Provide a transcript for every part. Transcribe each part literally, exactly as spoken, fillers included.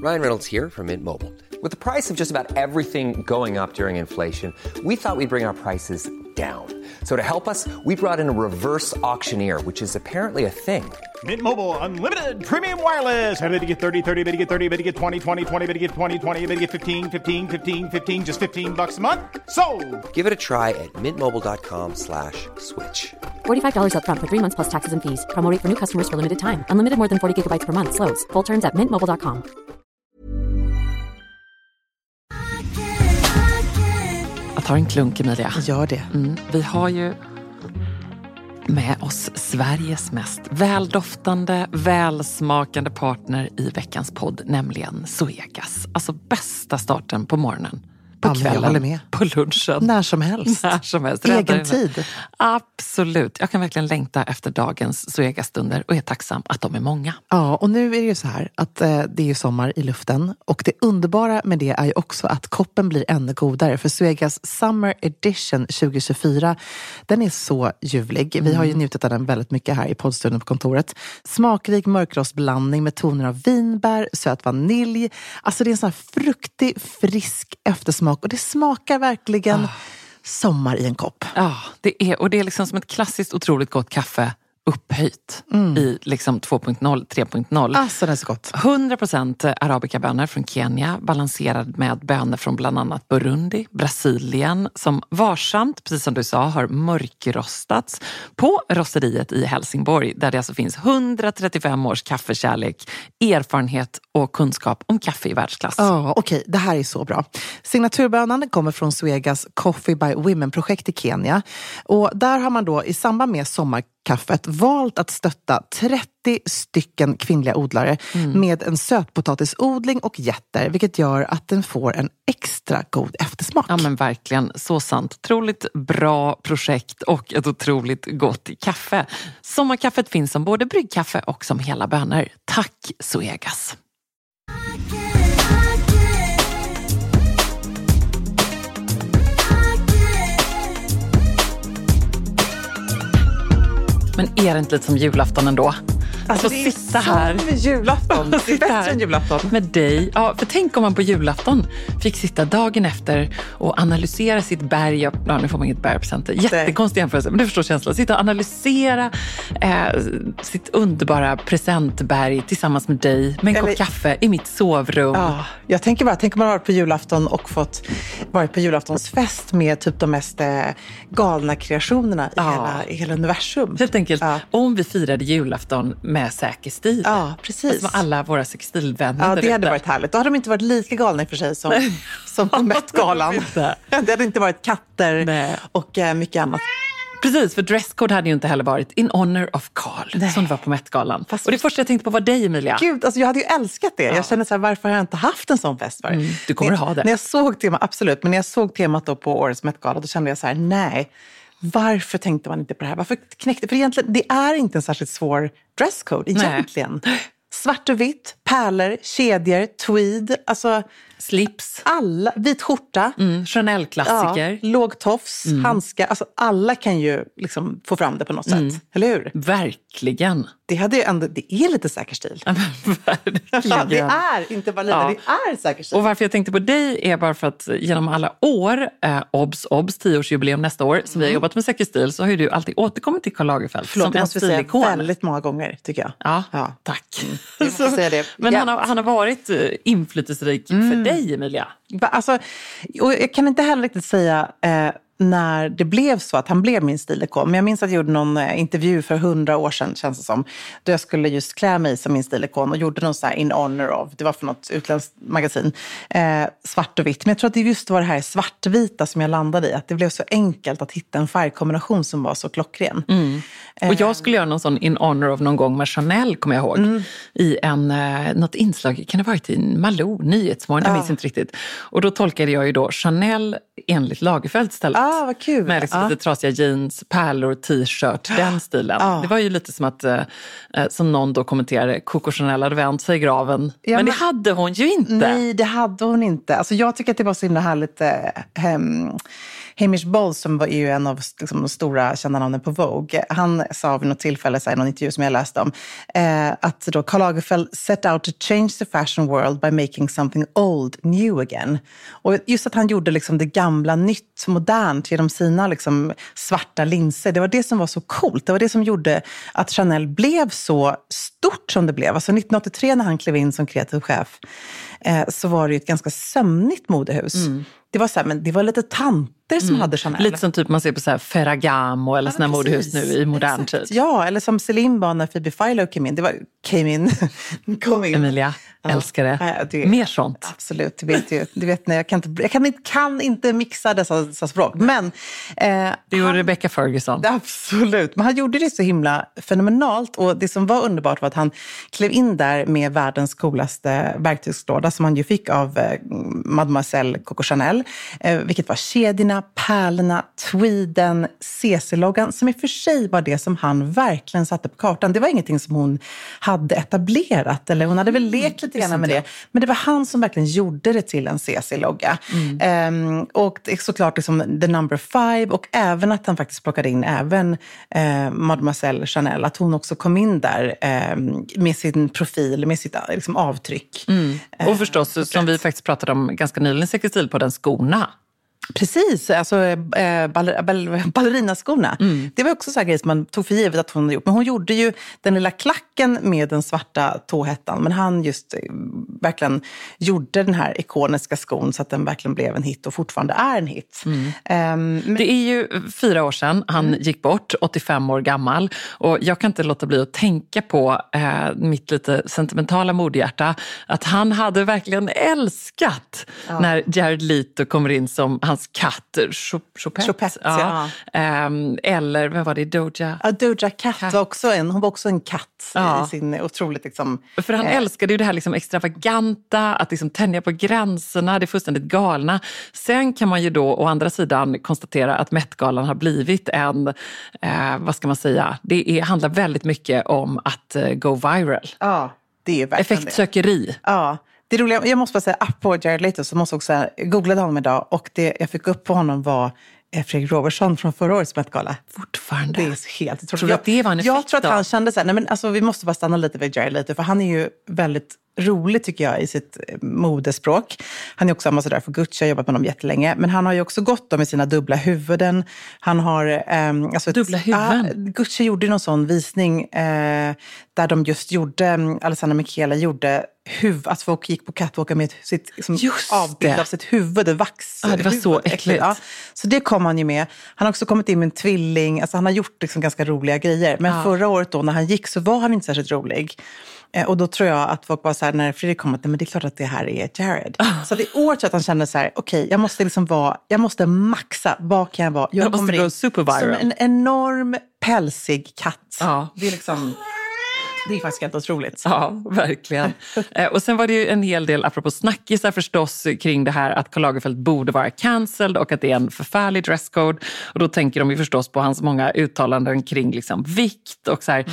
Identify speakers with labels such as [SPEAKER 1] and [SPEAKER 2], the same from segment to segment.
[SPEAKER 1] Ryan Reynolds here from Mint Mobile. With the price of just about everything going up during inflation, we thought we'd bring our prices down. So to help us, we brought in a reverse auctioneer, which is apparently a thing.
[SPEAKER 2] Mint Mobile Unlimited Premium Wireless. How to get thirty, thirty, how to get thirty, how to get twenty, twenty, twenty, how to get twenty, twenty, how to get fifteen, fifteen, fifteen, fifteen, just fifteen bucks a month? Sold!
[SPEAKER 1] Give it a try at mintmobile.com slash switch.
[SPEAKER 3] forty-five dollars up front for three months plus taxes and fees. Promo rate for new customers for limited time. Unlimited more than forty gigabytes per month. Slows full terms at mint mobile dot com.
[SPEAKER 4] Jag tar en klunk, Emilia.
[SPEAKER 5] Gör det.
[SPEAKER 4] Mm, vi har ju med oss Sveriges mest väldoftande, välsmakande partner i veckans podd, nämligen Zoegas. Alltså bästa starten på morgonen. På
[SPEAKER 5] ja,
[SPEAKER 4] kvällen,
[SPEAKER 5] jag håller med.
[SPEAKER 4] på lunchen.
[SPEAKER 5] När som helst.
[SPEAKER 4] När som helst.
[SPEAKER 5] Egen tid.
[SPEAKER 4] Absolut. Jag kan verkligen längta efter dagens Zoegas-stunder och är tacksam att de är många.
[SPEAKER 5] Ja, och nu är det ju så här att eh, det är ju sommar i luften. Och det underbara med det är ju också att koppen blir ännu godare. För Zoegas Summer Edition tjugo tjugofyra, den är så ljuvlig. Mm. Vi har ju njutit av den väldigt mycket här i poddstunden på kontoret. Smakrik mörkrostblandning med toner av vinbär, söt vanilj. Alltså det är en sån här fruktig, frisk eftersmak. Och det smakar verkligen oh. sommar i en kopp.
[SPEAKER 4] Ja, det är, och det är liksom som ett klassiskt otroligt gott kaffe upphöjt mm. i liksom två punkt noll, tre punkt noll.
[SPEAKER 5] Alltså det är så gott.
[SPEAKER 4] hundra procent arabikabönor från Kenya, balanserad med bönor från bland annat Burundi, Brasilien, som varsamt, precis som du sa, har mörkrostats på rosteriet i Helsingborg, där det alltså finns hundratrettiofem års kaffekärlek, erfarenhet och kunskap om kaffe i världsklass.
[SPEAKER 5] Ja, oh, okej. Okay. Det här är så bra. Signaturbönan kommer från Zoegas Coffee by Women-projekt i Kenya. Och där har man då i samband med sommarkaffet valt att stötta trettio stycken kvinnliga odlare mm. med en sötpotatisodling och jätter, vilket gör att den får en extra god eftersmak.
[SPEAKER 4] Ja, men verkligen, så sant. Otroligt bra projekt och ett otroligt gott kaffe. Sommarkaffet finns som både bryggkaffe och som hela bönor. Tack Zoegas! Men är det inte lite som julafton ändå?
[SPEAKER 5] Alltså det är sitta här med julafton. Det är bättre än julafton.
[SPEAKER 4] Med dig. Ja, för tänk om man på julafton fick sitta dagen efter och analysera sitt berg. Ja, nu får man inget bergpresenter. Jättekonstig jämförelse, men du förstår känslan. Sitta och analysera eh, sitt underbara presentberg tillsammans med dig med en Eller, kopp kaffe i mitt sovrum.
[SPEAKER 5] Ja, jag tänker bara, tänk om man har varit på julafton och fått varit på julaftonsfest med typ de mest eh, galna kreationerna i, ja. hela, i hela universum.
[SPEAKER 4] Helt enkelt,
[SPEAKER 5] ja.
[SPEAKER 4] om vi firade julafton med säker stil.
[SPEAKER 5] Ja, precis.
[SPEAKER 4] Som alla våra sextilvänner.
[SPEAKER 5] Ja, det hade varit härligt. Då hade de inte varit lika galna i för sig som, som på Met-galan. Det hade inte varit katter Nej. och uh, mycket annat.
[SPEAKER 4] Precis, för dresscode hade ju inte heller varit in honor of Carl, som det var på Met-galan. Fast och det första jag tänkte på var dig, Emilia.
[SPEAKER 5] Gud, alltså jag hade ju älskat det. Ja. Jag kände så här, varför har jag inte haft en sån fest för?
[SPEAKER 4] Mm, du kommer
[SPEAKER 5] när,
[SPEAKER 4] att ha det.
[SPEAKER 5] När jag såg temat, absolut, men när jag såg temat då på årets Met-gala, då kände jag så här, nej. Varför tänkte man inte på det här? Varför knäckte? För egentligen, det är inte en särskilt svår dresscode egentligen. Nej. Svart och vitt, pärlor, kedjor, tweed, alltså
[SPEAKER 4] slips,
[SPEAKER 5] alla, vit skjorta,
[SPEAKER 4] mm, Chanel-klassiker,
[SPEAKER 5] ja, låg tofs, mm. handskar, alltså alla kan ju liksom få fram det på något mm. sätt, eller hur?
[SPEAKER 4] Verkligen.
[SPEAKER 5] Det hade ju ändå, det är lite säker stil.
[SPEAKER 4] Ja, men verkligen.
[SPEAKER 5] Det är inte bara lite, ja. det är säker stil.
[SPEAKER 4] Och varför jag tänkte på dig är bara för att genom alla år, eh, obs, obs, tioårsjubileum nästa år, som mm. vi har jobbat med säker stil, så har ju du alltid återkommit till Karl Lagerfeld.
[SPEAKER 5] Förlåt,
[SPEAKER 4] som
[SPEAKER 5] det
[SPEAKER 4] en
[SPEAKER 5] måste vi säga
[SPEAKER 4] stilikon.
[SPEAKER 5] väldigt många gånger, tycker jag.
[SPEAKER 4] Ja,
[SPEAKER 5] ja.
[SPEAKER 4] tack.
[SPEAKER 5] Mm. Så, säga det.
[SPEAKER 4] Men
[SPEAKER 5] ja.
[SPEAKER 4] han, har, han har varit inflytelserik mm. för dig, Emilia.
[SPEAKER 5] Alltså, och jag kan inte heller riktigt säga eh, när det blev så att han blev min stilikon. Men jag minns att jag gjorde någon eh, intervju för hundra år sedan, känns det som. Då jag skulle just klä mig som min stilikon och gjorde någon så här in honor of. Det var för något utländskt magasin. Eh, svart och vitt. Men jag tror att det just var det här svartvita som jag landade i. Att det blev så enkelt att hitta en färgkombination som var så klockren.
[SPEAKER 4] Mm. Och jag skulle göra någon sån in honor of någon gång med Chanel, kommer jag ihåg. Mm. I en, eh, något inslag, kan det ha varit i Malou, Nyhetsmorgon, jag minns inte riktigt. Och då tolkade jag ju då Chanel enligt Lagerfeld istället.
[SPEAKER 5] Ah, vad kul.
[SPEAKER 4] Med liksom
[SPEAKER 5] ah.
[SPEAKER 4] lite trasiga jeans, pärlor, t-shirt, den stilen. Ah. Det var ju lite som att, eh, som någon då kommenterade, Coco Chanel hade vänt sig i graven. Ja, men, men det hade hon ju inte.
[SPEAKER 5] Nej, det hade hon inte. Alltså jag tycker att det var så himla härligt... Eh, hem, Hamish Bowles, som var ju en av liksom, de stora kända namnen på Vogue, han sa vid något tillfälle så här, i någon intervju som jag läste om, eh, att då Karl Lagerfeld set out to change the fashion world by making something old new again. Och just att han gjorde liksom det gamla nytt, modernt genom sina liksom, svarta linser, det var det som var så coolt. Det var det som gjorde att Chanel blev så stort som det blev. Alltså nittonhundraåttiotre när han klev in som kreativ chef eh, så var det ju ett ganska sömnigt modehus. Mm. Det var så här, men det var lite tanter som mm. hade Chanel.
[SPEAKER 4] Lite som typ man ser på så här Ferragamo eller ja, såna modehus nu i modern
[SPEAKER 5] Exakt.
[SPEAKER 4] tid.
[SPEAKER 5] Ja, eller som Celine var när Phoebe Philo kom in. Det var came in. kom in.
[SPEAKER 4] Emilia, ja. älskar det. Ja, det. Mer sånt.
[SPEAKER 5] Absolut, du vet ju. Du vet, nej, jag, kan inte, jag kan, inte, kan inte mixa dessa, dessa språk. Men, eh,
[SPEAKER 4] det gjorde Rebecca Ferguson.
[SPEAKER 5] Absolut, men han gjorde det så himla fenomenalt. Och det som var underbart var att han klev in där med världens coolaste verktygslåda som han ju fick av eh, Mademoiselle Coco Chanel. Eh, vilket var kedjorna, pärlorna, tweeden, C C-loggan, som i och för sig var det som han verkligen satte på kartan. Det var ingenting som hon hade etablerat, eller hon hade väl lekt lite grann med det. Men det var han som verkligen gjorde det till en C C-logga. Mm. Um, och det är såklart liksom the number five, och även att han faktiskt plockade in även uh, Mademoiselle Chanel, att hon också kom in där um, med sin profil, med sitt liksom, avtryck.
[SPEAKER 4] Mm. Och förstås, uh, som vi faktiskt pratade om ganska nyligen, sextil på den skorna.
[SPEAKER 5] Precis, alltså äh, baller, baller, ballerinaskorna. Mm. Det var också så här grej som man tog för givet att hon hade gjort. Men hon gjorde ju den lilla klacken med den svarta tåhättan. Men han just äh, verkligen gjorde den här ikoniska skon så att den verkligen blev en hit och fortfarande är en hit. Mm. Um, men...
[SPEAKER 4] Det är ju fyra år sedan han mm. gick bort, åttiofem år gammal. Och jag kan inte låta bli att tänka på äh, mitt lite sentimentala modhjärta. Att han hade verkligen älskat ja. när Jared Leto kommer in som hans katt, Choupette.
[SPEAKER 5] Choupette, ja.
[SPEAKER 4] ja. Um, eller, vad var det, Doja?
[SPEAKER 5] Ja, Doja Cat, Cat. Var också en, hon var också en katt ja. i sin otroligt liksom...
[SPEAKER 4] För han eh. älskade ju det här liksom extravaganta, att liksom tänja på gränserna, det är fullständigt galna. Sen kan man ju då å andra sidan konstatera att Met-galan har blivit en, eh, vad ska man säga, det är, handlar väldigt mycket om att uh, go viral.
[SPEAKER 5] Ja, det är verkligen
[SPEAKER 4] effektsökeri.
[SPEAKER 5] Det. Ja. Det roliga, jag måste bara säga, apropå Jared Leto, så måste jag också googla honom idag, och det jag fick upp på honom var Fredrik Robertson från förra årets Met-gala.
[SPEAKER 4] Fortfarande.
[SPEAKER 5] Det är så helt otroligt.
[SPEAKER 4] Tror du att det var en effekt
[SPEAKER 5] Jag tror att
[SPEAKER 4] då?
[SPEAKER 5] han kände så här, nej men alltså vi måste bara stanna lite vid Jared Leto, för han är ju väldigt rolig tycker jag i sitt modespråk. Han är också ambassadör för Gucci, har jobbat med dem jättelänge. Men han har ju också gått då med sina dubbla huvuden. Han har... Ähm, alltså
[SPEAKER 4] dubbla
[SPEAKER 5] ett,
[SPEAKER 4] huvuden?
[SPEAKER 5] Äh, Gucci gjorde någon sån visning äh, där de just gjorde, Alessandra Michele gjorde huvud, att folk gick på catwalken med sitt liksom, avbild av sitt huvud, det vax.
[SPEAKER 4] Ja, det var så äckligt.
[SPEAKER 5] Ja. Så det kom han ju med. Han har också kommit in med en tvilling. Alltså han har gjort liksom ganska roliga grejer. Men ja. förra året då när han gick så var han inte särskilt rolig. Och då tror jag att folk var så här, när Fredrik kom, att men det är klart att det här är Jared. Oh. Så det är år att han kände så här, okej, okay, jag måste liksom vara, jag måste maxa, vad kan jag vara? Jag,
[SPEAKER 4] jag måste gå superviral.
[SPEAKER 5] Som en enorm pälsig katt.
[SPEAKER 4] Ja.
[SPEAKER 5] Det är liksom... Det är faktiskt helt otroligt.
[SPEAKER 4] Ja, verkligen. Och sen var det ju en hel del, apropå snackisar förstås, kring det här att Karl Lagerfeld borde vara cancelled och att det är en förfärlig dresscode. Och då tänker de ju förstås på hans många uttalanden kring liksom vikt och så här,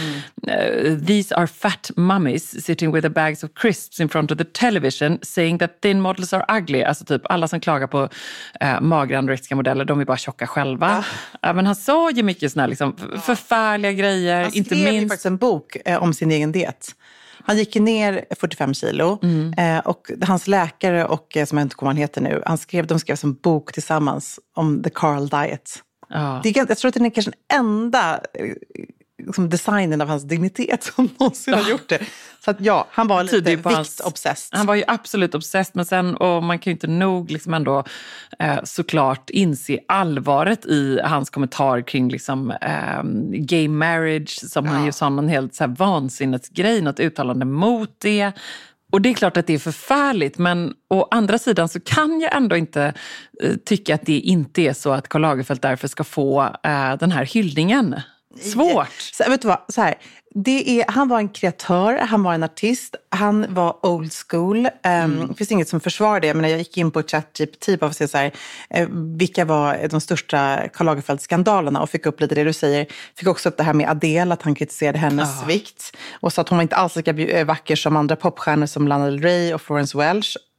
[SPEAKER 4] mm. these are fat mummies sitting with the bags of crisps in front of the television saying that thin models are ugly. Alltså typ alla som klagar på äh, magra anorektiska modeller, de är bara tjocka själva. Ja. Men han sa ju mycket såna här liksom förfärliga grejer.
[SPEAKER 5] Han
[SPEAKER 4] inte
[SPEAKER 5] skrev
[SPEAKER 4] minst...
[SPEAKER 5] ju faktiskt en bok eh, om sin egen diet. Han gick ner fyrtiofem kilo mm. eh, och hans läkare och eh, som jag inte kommer ihåg han heter nu, han skrev, de skrev en bok tillsammans om The Carl Diet. Ja. Det är, jag tror att det är kanske den enda eh, liksom designen av hans dignitet som någonsin ja. har gjort det. Så att ja, han var lite viktobsessed.
[SPEAKER 4] Han var ju absolut obsessed, men sen, och man kan ju inte nog liksom ändå eh, såklart inse allvaret i hans kommentar kring liksom eh, gay marriage, som ja. han ju sa någon helt så här vansinnesgrej, något uttalande mot det. Och det är klart att det är förfärligt, men å andra sidan så kan jag ändå inte eh, tycka att det inte är så att Karl Lagerfeld därför ska få eh, den här hyllningen. Svårt.
[SPEAKER 5] Så, vet du vad, så här, det är, han var en kreatör, han var en artist, han var old school. Um, mm. Det finns inget som försvarar det, men när jag gick in på ChatGPT bara för att se så här, eh, vilka var de största Karl Lagerfeld-skandalerna och fick upp lite det du säger. Fick också upp det här med Adele, att han kritiserade hennes oh. vikt och sa att hon var inte alls lika vacker som andra popstjärnor som Lana Del Rey och Florence Welch.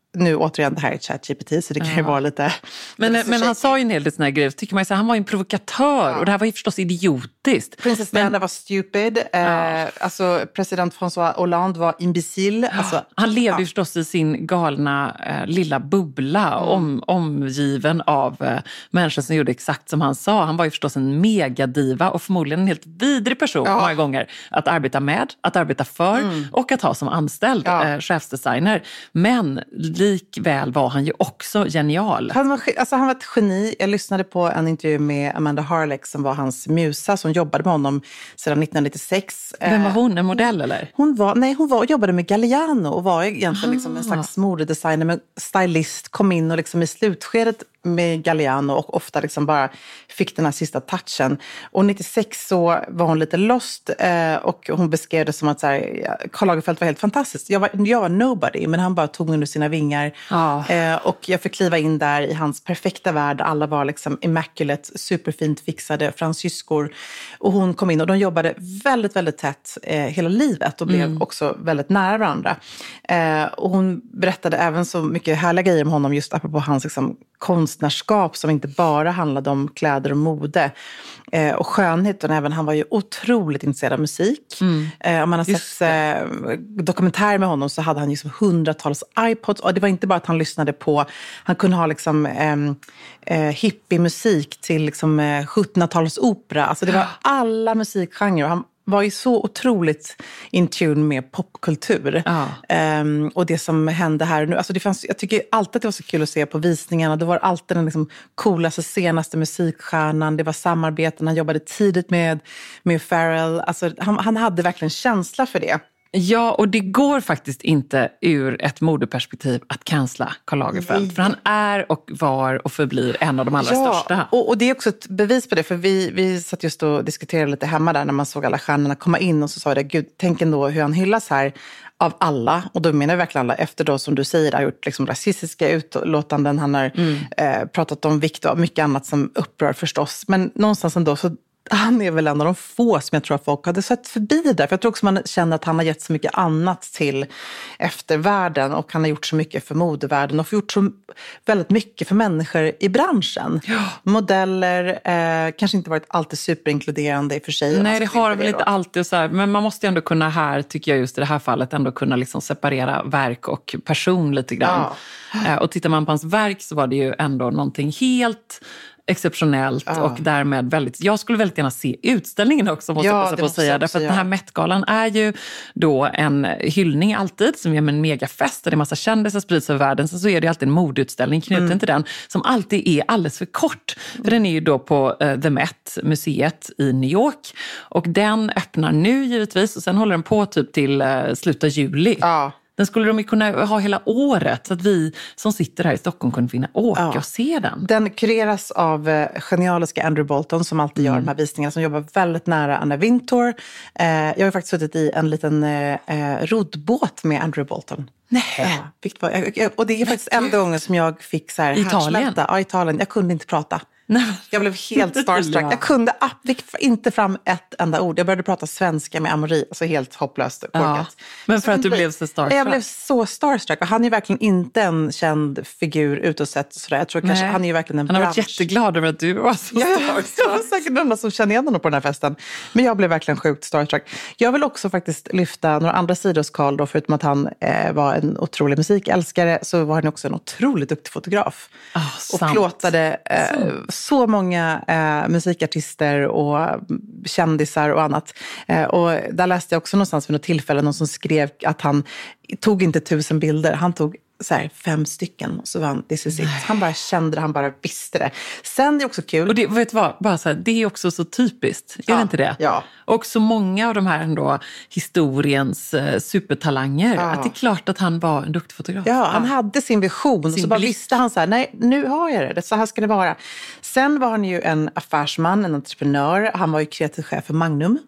[SPEAKER 5] nu återigen, det här är ChatGPT, så det kan ju
[SPEAKER 4] ja.
[SPEAKER 5] vara lite...
[SPEAKER 4] Men,
[SPEAKER 5] lite
[SPEAKER 4] men han sa ju en hel del såna här grejer, tycker man ju så här, han var en provokatör, ja. Och det här var ju förstås idiotiskt.
[SPEAKER 5] Prinsess Diana var stupid, ja. eh, alltså president François Hollande var imbecil. Ja. Alltså,
[SPEAKER 4] han levde ju
[SPEAKER 5] ja.
[SPEAKER 4] förstås i sin galna eh, lilla bubbla, mm. om, omgiven av eh, människor som gjorde exakt som han sa. Han var ju förstås en megadiva och förmodligen en helt vidrig person ja. många gånger att arbeta med, att arbeta för mm. och att ha som anställd ja. eh, chefsdesigner. Men likväl var han ju också genial.
[SPEAKER 5] Han var, alltså han var ett geni. Jag lyssnade på en intervju med Amanda Harleck som var hans musa, som jobbade med honom sedan nittonhundranittiosex.
[SPEAKER 4] Vem var hon? En modell eller?
[SPEAKER 5] Hon var, nej, hon var, jobbade med Galliano och var egentligen liksom en slags modedesigner, men stylist, kom in och liksom i slutskedet med Galliano och ofta liksom bara fick den här sista touchen. Och nittiosex så var hon lite lost eh, och hon beskrev det som att så här, Karl Lagerfeld var helt fantastisk. Jag var, jag var nobody, men han bara tog under sina vingar.
[SPEAKER 4] Ja.
[SPEAKER 5] Eh, och jag fick kliva in där i hans perfekta värld. Alla var liksom immaculate, superfint fixade fransyskor. Och hon kom in och de jobbade väldigt, väldigt tätt eh, hela livet och blev mm. också väldigt nära varandra. Eh, och hon berättade även så mycket härliga grejer om honom, just apropå hans liksom, konstnärskap som inte bara handlade om kläder och mode eh, och skönhet, utan även han var ju otroligt intresserad av musik. Mm. Eh, om man har
[SPEAKER 4] just
[SPEAKER 5] sett eh, dokumentär med honom så hade han ju liksom hundratals iPods, och det var inte bara att han lyssnade på, han kunde ha liksom eh, eh, hippie-musik till liksom eh, sjuttonhundratalsopera, alltså det var alla musikgenrer. Han var ju så otroligt in tune med popkultur. Ja. Um, och det som hände här nu. Alltså det fanns, jag tycker alltid att det var så kul att se på visningarna. Det var alltid den liksom coolaste, senaste musikstjärnan. Det var samarbeten. Han jobbade tidigt med, med Pharrell. Alltså han, han hade verkligen känsla för det.
[SPEAKER 4] Ja, och det går faktiskt inte ur ett modeperspektiv att cancella Karl Lagerfeld. Nej. För han är och var och förblir en av de allra
[SPEAKER 5] ja,
[SPEAKER 4] största.
[SPEAKER 5] Och, och det är också ett bevis på det. För vi, vi satt just och diskuterade lite hemma där när man såg alla stjärnorna komma in. Och så sa det, gud, tänk ändå hur han hyllas här av alla. Och då menar jag verkligen alla, efter då som du säger, har gjort liksom rasistiska utlåtanden. Han har mm. eh, pratat om vikt och mycket annat som upprör förstås. Men någonstans ändå så... Han är väl en av de få som jag tror att folk hade sett förbi där. För jag tror också man känner att han har gett så mycket annat till eftervärlden. Och han har gjort så mycket för modevärlden. Och gjort så väldigt mycket för människor i branschen. Ja. Modeller, eh, kanske inte varit alltid superinkluderande i och för sig.
[SPEAKER 4] Nej, det har väl inte alltid så här. Men man måste ju ändå kunna här, tycker jag just i det här fallet, ändå kunna liksom separera verk och person lite grann. Ja. Eh, och tittar man på hans verk så var det ju ändå någonting helt... exceptionellt ja. Och därmed väldigt... Jag skulle väldigt gärna se utställningen också, måste ja, jag passa på att säga. Därför att den här Met-galan är ju då en hyllning alltid, som är en megafest där det är massa kändisar sprids över världen. Så, så är det alltid en modeutställning knuten mm. till den, som alltid är alldeles för kort. Mm. För den är ju då på uh, The Met-museet i New York. Och den öppnar nu givetvis, och sen håller den på typ till uh, slutet av juli. Ja. Den skulle de ju kunna ha hela året, så att vi som sitter här i Stockholm kunde finna åka ja. och se den.
[SPEAKER 5] Den kureras av eh, genialiska Andrew Bolton som alltid mm. gör de här visningarna, som jobbar väldigt nära Anna Wintour. Eh, jag har ju faktiskt suttit i en liten eh, roddbåt med Andrew Bolton.
[SPEAKER 4] Nej.
[SPEAKER 5] Ja, och det är faktiskt enda gången som jag fick så här
[SPEAKER 4] Italien?
[SPEAKER 5] Ja, Italien. Jag kunde inte prata.
[SPEAKER 4] Nej.
[SPEAKER 5] Jag blev helt starstruck. Jag kunde inte fram ett enda ord. Jag började prata svenska med Amori. Alltså helt hopplöst och korkat.
[SPEAKER 4] Ja, men för att du blev så starstruck?
[SPEAKER 5] Jag blev så starstruck. Och han är verkligen inte en känd figur utåt sett. Sådär. Jag tror kanske han är verkligen en
[SPEAKER 4] Han har
[SPEAKER 5] bransch.
[SPEAKER 4] varit jätteglad över att du var så starstruck.
[SPEAKER 5] Jag var säkert någon som känner igen honom på den här festen. Men jag blev verkligen sjukt starstruck. Jag vill också faktiskt lyfta några andra sidor hos Karl då. Förutom att han eh, var en otrolig musikälskare, så var han också en otroligt duktig fotograf.
[SPEAKER 4] Oh,
[SPEAKER 5] och plåtade eh, så många Eh, musikartister och kändisar och annat. Eh, och där läste jag också någonstans vid något tillfälle någon som skrev att han tog inte tusen bilder, han tog så här, fem stycken, och så var han, this is it. Han bara kände det, han bara visste det. Sen är det också kul.
[SPEAKER 4] Och det, vet du vad, bara så här, det är också så typiskt, är
[SPEAKER 5] ja,
[SPEAKER 4] det inte det?
[SPEAKER 5] Ja.
[SPEAKER 4] Och så många av de här ändå historiens eh, supertalanger, ja. Att det är klart att han var en duktig fotograf.
[SPEAKER 5] Ja, han hade sin vision, sin och så bara blick. Visste han så här, nej, nu har jag det, så här ska det vara. Sen var han ju en affärsman, en entreprenör, han var ju kreativ chef för Magnum.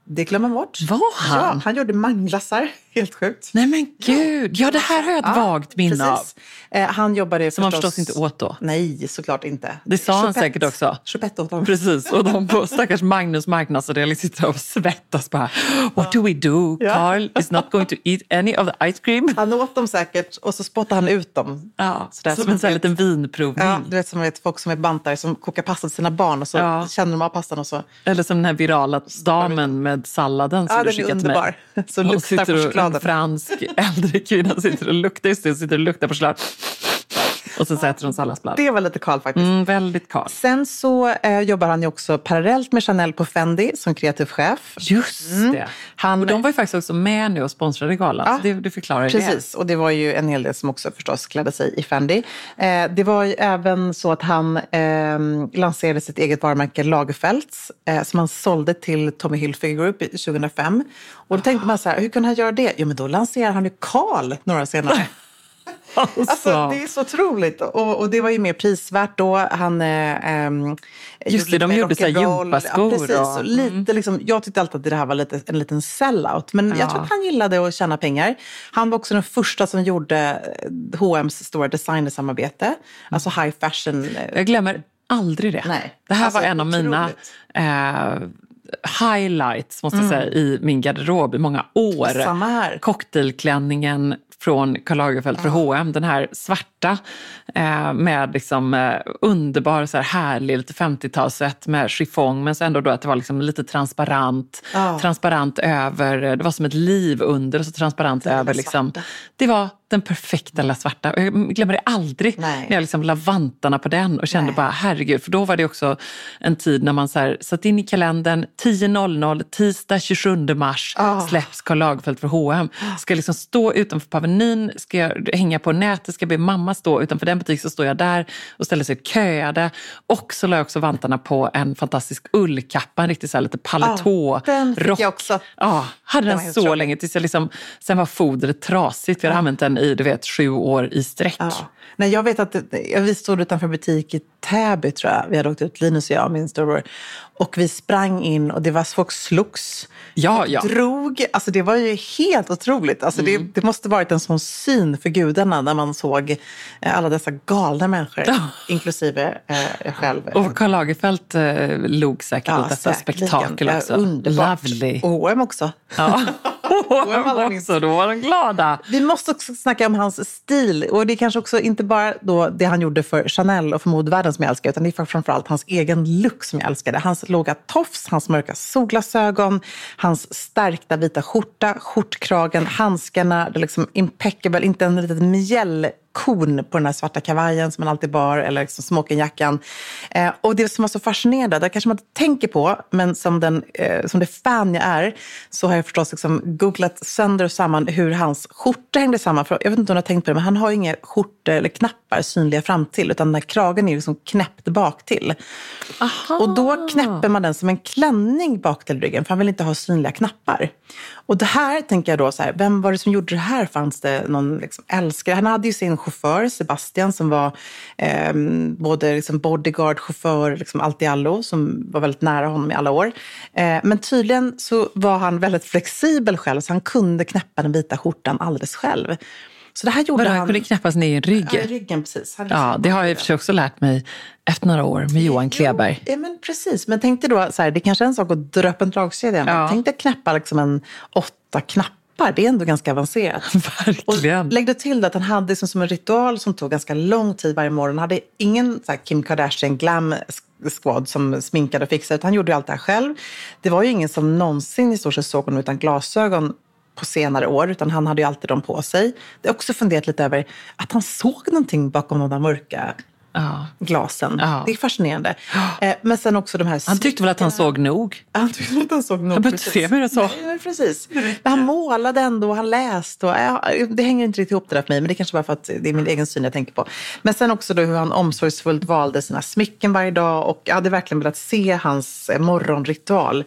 [SPEAKER 5] Det glömmer bort.
[SPEAKER 4] Var han?
[SPEAKER 5] Ja, han gjorde mangglassar. Helt sjukt.
[SPEAKER 4] Nej men gud, ja det här har jag ett
[SPEAKER 5] ja,
[SPEAKER 4] vagt minne av.
[SPEAKER 5] Eh, han jobbade
[SPEAKER 4] Som
[SPEAKER 5] förstås...
[SPEAKER 4] man förstås inte åt då.
[SPEAKER 5] Nej, såklart inte.
[SPEAKER 4] Det sa han
[SPEAKER 5] Choupette.
[SPEAKER 4] säkert också.
[SPEAKER 5] Choupette åt honom.
[SPEAKER 4] Precis, och de på stackars Magnus marknadsavdelning sitter och svettas bara. What do we do?
[SPEAKER 5] Ja.
[SPEAKER 4] Carl is not going to eat any of the ice cream.
[SPEAKER 5] Han åt dem säkert och så spottade han ut dem.
[SPEAKER 4] Ja,
[SPEAKER 5] Sådär,
[SPEAKER 4] som
[SPEAKER 5] som
[SPEAKER 4] en sån här
[SPEAKER 5] vet-
[SPEAKER 4] liten vinprovning.
[SPEAKER 5] Ja, du vet som vet, folk som är bantare som kokar pasta till sina barn och så
[SPEAKER 4] Ja.
[SPEAKER 5] känner de av pastan och så.
[SPEAKER 4] Eller som den här virala damen med salladen som
[SPEAKER 5] Ja,
[SPEAKER 4] du
[SPEAKER 5] den är
[SPEAKER 4] skickade till mig.
[SPEAKER 5] underbar. Så
[SPEAKER 4] Hon
[SPEAKER 5] luktar på
[SPEAKER 4] sitter och,
[SPEAKER 5] chokladen.
[SPEAKER 4] en fransk äldre kvinna sitter och luktar, just det, sitter och luktar på choklad. Och så sätter hon salladsblad.
[SPEAKER 5] Det var lite Carl faktiskt.
[SPEAKER 4] Mm, väldigt Carl.
[SPEAKER 5] Sen så eh, jobbar han ju också parallellt med Chanel på Fendi som kreativ chef.
[SPEAKER 4] Just det.
[SPEAKER 5] Han,
[SPEAKER 4] Och de var ju faktiskt också med nu och sponsrade galan.
[SPEAKER 5] Ja,
[SPEAKER 4] så det, det förklarar
[SPEAKER 5] precis, och det var ju en hel del som också förstås klädde sig i Fendi. Eh, det var ju även så att han eh, lanserade sitt eget varumärke Lagerfelds eh, som han sålde till Tommy Hilfiger Group i tjugohundrafem. Och då tänkte man så här, hur kunde han göra det? Jo, men då lanserade han ju Carl några år senare.
[SPEAKER 4] det. Alltså.
[SPEAKER 5] Alltså, det är så otroligt. Och, och det var ju mer prisvärt då. Han, eh, ehm,
[SPEAKER 4] Just det, de
[SPEAKER 5] lite
[SPEAKER 4] gjorde så här
[SPEAKER 5] rock'n'roll.
[SPEAKER 4] gympaskor
[SPEAKER 5] Ja, precis.
[SPEAKER 4] och-
[SPEAKER 5] Och lite, liksom, jag tyckte alltid att det här var lite, en liten sellout. Men jag
[SPEAKER 4] Ja.
[SPEAKER 5] tror att han gillade att tjäna pengar. Han var också den första som gjorde H och M's stora designersamarbete. Alltså high fashion. eh,
[SPEAKER 4] Jag glömmer aldrig det.
[SPEAKER 5] Nej.
[SPEAKER 4] Det här
[SPEAKER 5] Alltså,
[SPEAKER 4] var en av mina eh, highlights, måste jag säga, i min garderob i många år.
[SPEAKER 5] Samma här.
[SPEAKER 4] Cocktailklänningen från Karl Lagerfeld för H och M, den här svarta eh, med liksom eh, underbar, så här härlig, lite femtiotalsrätt med chiffong, men så ändå då att det var liksom lite transparent,
[SPEAKER 5] Ja.
[SPEAKER 4] transparent över, det var som ett liv under och så transparent
[SPEAKER 5] lilla
[SPEAKER 4] över liksom.
[SPEAKER 5] svarta.
[SPEAKER 4] Det var den perfekta lilla svarta. Och jag glömmer det aldrig
[SPEAKER 5] Nej.
[SPEAKER 4] när jag liksom la vantarna på den och kände
[SPEAKER 5] Nej.
[SPEAKER 4] bara herregud, för då var det också en tid när man så här, satt in i kalendern tio noll noll, tisdag tjugosjunde mars
[SPEAKER 5] Ah.
[SPEAKER 4] släpps Karl Lagerfeld för H och M. Ska jag liksom stå utanför Pavenin, ska jag hänga på nätet, ska jag be mamma stå utanför den butik, så står jag där och ställer sig och köade. Och så la jag också vantarna på en fantastisk ullkappa, en riktigt så här lite paletå.
[SPEAKER 5] Ah, den fick
[SPEAKER 4] rock.
[SPEAKER 5] jag också.
[SPEAKER 4] Ja, hade
[SPEAKER 5] Den var
[SPEAKER 4] den
[SPEAKER 5] helt
[SPEAKER 4] så
[SPEAKER 5] tråkig.
[SPEAKER 4] länge tills jag liksom, sen var fodret trasigt. Vi hade använt den i, du vet, sju år i sträck.
[SPEAKER 5] Ja. Nej, jag vet att det- vi stod utanför butik i Täby, tror jag. Vi hade åkt ut, Linus och jag, min storbror. Och vi sprang in och det var folk slogs.
[SPEAKER 4] Ja, ja.
[SPEAKER 5] Drog. Alltså det var ju helt otroligt. Alltså det, det måste varit en sån syn för gudarna när man såg eh, alla dessa galna människor. Inklusive eh, jag själv.
[SPEAKER 4] Och Karl Lagerfeld eh, log säkert
[SPEAKER 5] Ja,
[SPEAKER 4] åt detta
[SPEAKER 5] säkerligen.
[SPEAKER 4] spektakel
[SPEAKER 5] Ja,
[SPEAKER 4] också.
[SPEAKER 5] underbart.
[SPEAKER 4] Lovely.
[SPEAKER 5] Och H och M också.
[SPEAKER 4] Ja.
[SPEAKER 5] H och M alla minns.
[SPEAKER 4] också, då var de glada.
[SPEAKER 5] Vi måste också snacka om hans stil. Och det är kanske också inte bara då det han gjorde för Chanel och för modevärlden som jag älskar, utan det är framförallt hans egen look som jag älskade. Hans låga tofs, hans mörka solglasögon, hans stärkta vita skjorta, skjortkragen, handskarna, det är liksom impeccable, inte en liten mjäll kon på den här svarta kavajen som man alltid bar, eller liksom smokingjackan. Eh, och det som var så fascinerande, det kanske man inte tänker på, men som, den, eh, som det fan jag är, så har jag förstås liksom googlat sönder och samman hur hans skjorta hängde samman. För jag vet inte om du har tänkt på det, men han har ju inga skjortor eller knappar synliga fram till, utan den här kragen är liksom knäppt bak till.
[SPEAKER 4] Aha.
[SPEAKER 5] Och då knäpper man den som en klänning bak till ryggen, för han vill inte ha synliga knappar. Och det här tänker jag då så här, vem var det som gjorde det här? Fanns det någon liksom älskare? Han hade ju sin chaufför, Sebastian, som var eh, både liksom bodyguard, chaufför, liksom allt i allo, som var väldigt nära honom i alla år. Eh, men tydligen så var han väldigt flexibel själv, så han kunde knäppa den vita skjortan alldeles själv. Så det här gjorde
[SPEAKER 4] Men
[SPEAKER 5] han...
[SPEAKER 4] han kunde knäppas ner i en rygg.
[SPEAKER 5] Ja, i ryggen, precis. Han
[SPEAKER 4] Ja, det har jag i och för sig också lärt mig efter några år med Johan Kleberg.
[SPEAKER 5] Jo, ja, men precis. Men tänk dig då, så här, det kanske är en sak att dra upp en dragkedja. Men
[SPEAKER 4] Ja.
[SPEAKER 5] tänk dig att knäppa liksom en åtta knappar. Det är ändå ganska avancerat.
[SPEAKER 4] Verkligen.
[SPEAKER 5] Och lägg det till att han hade liksom som en ritual som tog ganska lång tid varje morgon. Han hade ingen så här, Kim Kardashian glam squad som sminkade och fixade. Utan han gjorde allt det här själv. Det var ju ingen som någonsin i stort sett såg honom utan glasögon på senare år, utan han hade ju alltid dem på sig. Det har också funderat lite över att han såg någonting bakom de där mörka
[SPEAKER 4] Ja.
[SPEAKER 5] glasen.
[SPEAKER 4] Ja.
[SPEAKER 5] Det är fascinerande. Eh, men sen också de här...
[SPEAKER 4] Han tyckte väl att han såg nog.
[SPEAKER 5] Han tyckte att han såg nog.
[SPEAKER 4] Jag behöver inte se mer än så.
[SPEAKER 5] Nej, men precis. Men han målade ändå, han läste. Och, ja, det hänger inte riktigt ihop det där för mig, men det är kanske bara för att det är min egen syn jag tänker på. Men sen också då hur han omsorgsfullt valde sina smycken varje dag. Och jag hade verkligen velat se hans eh, morgonritual.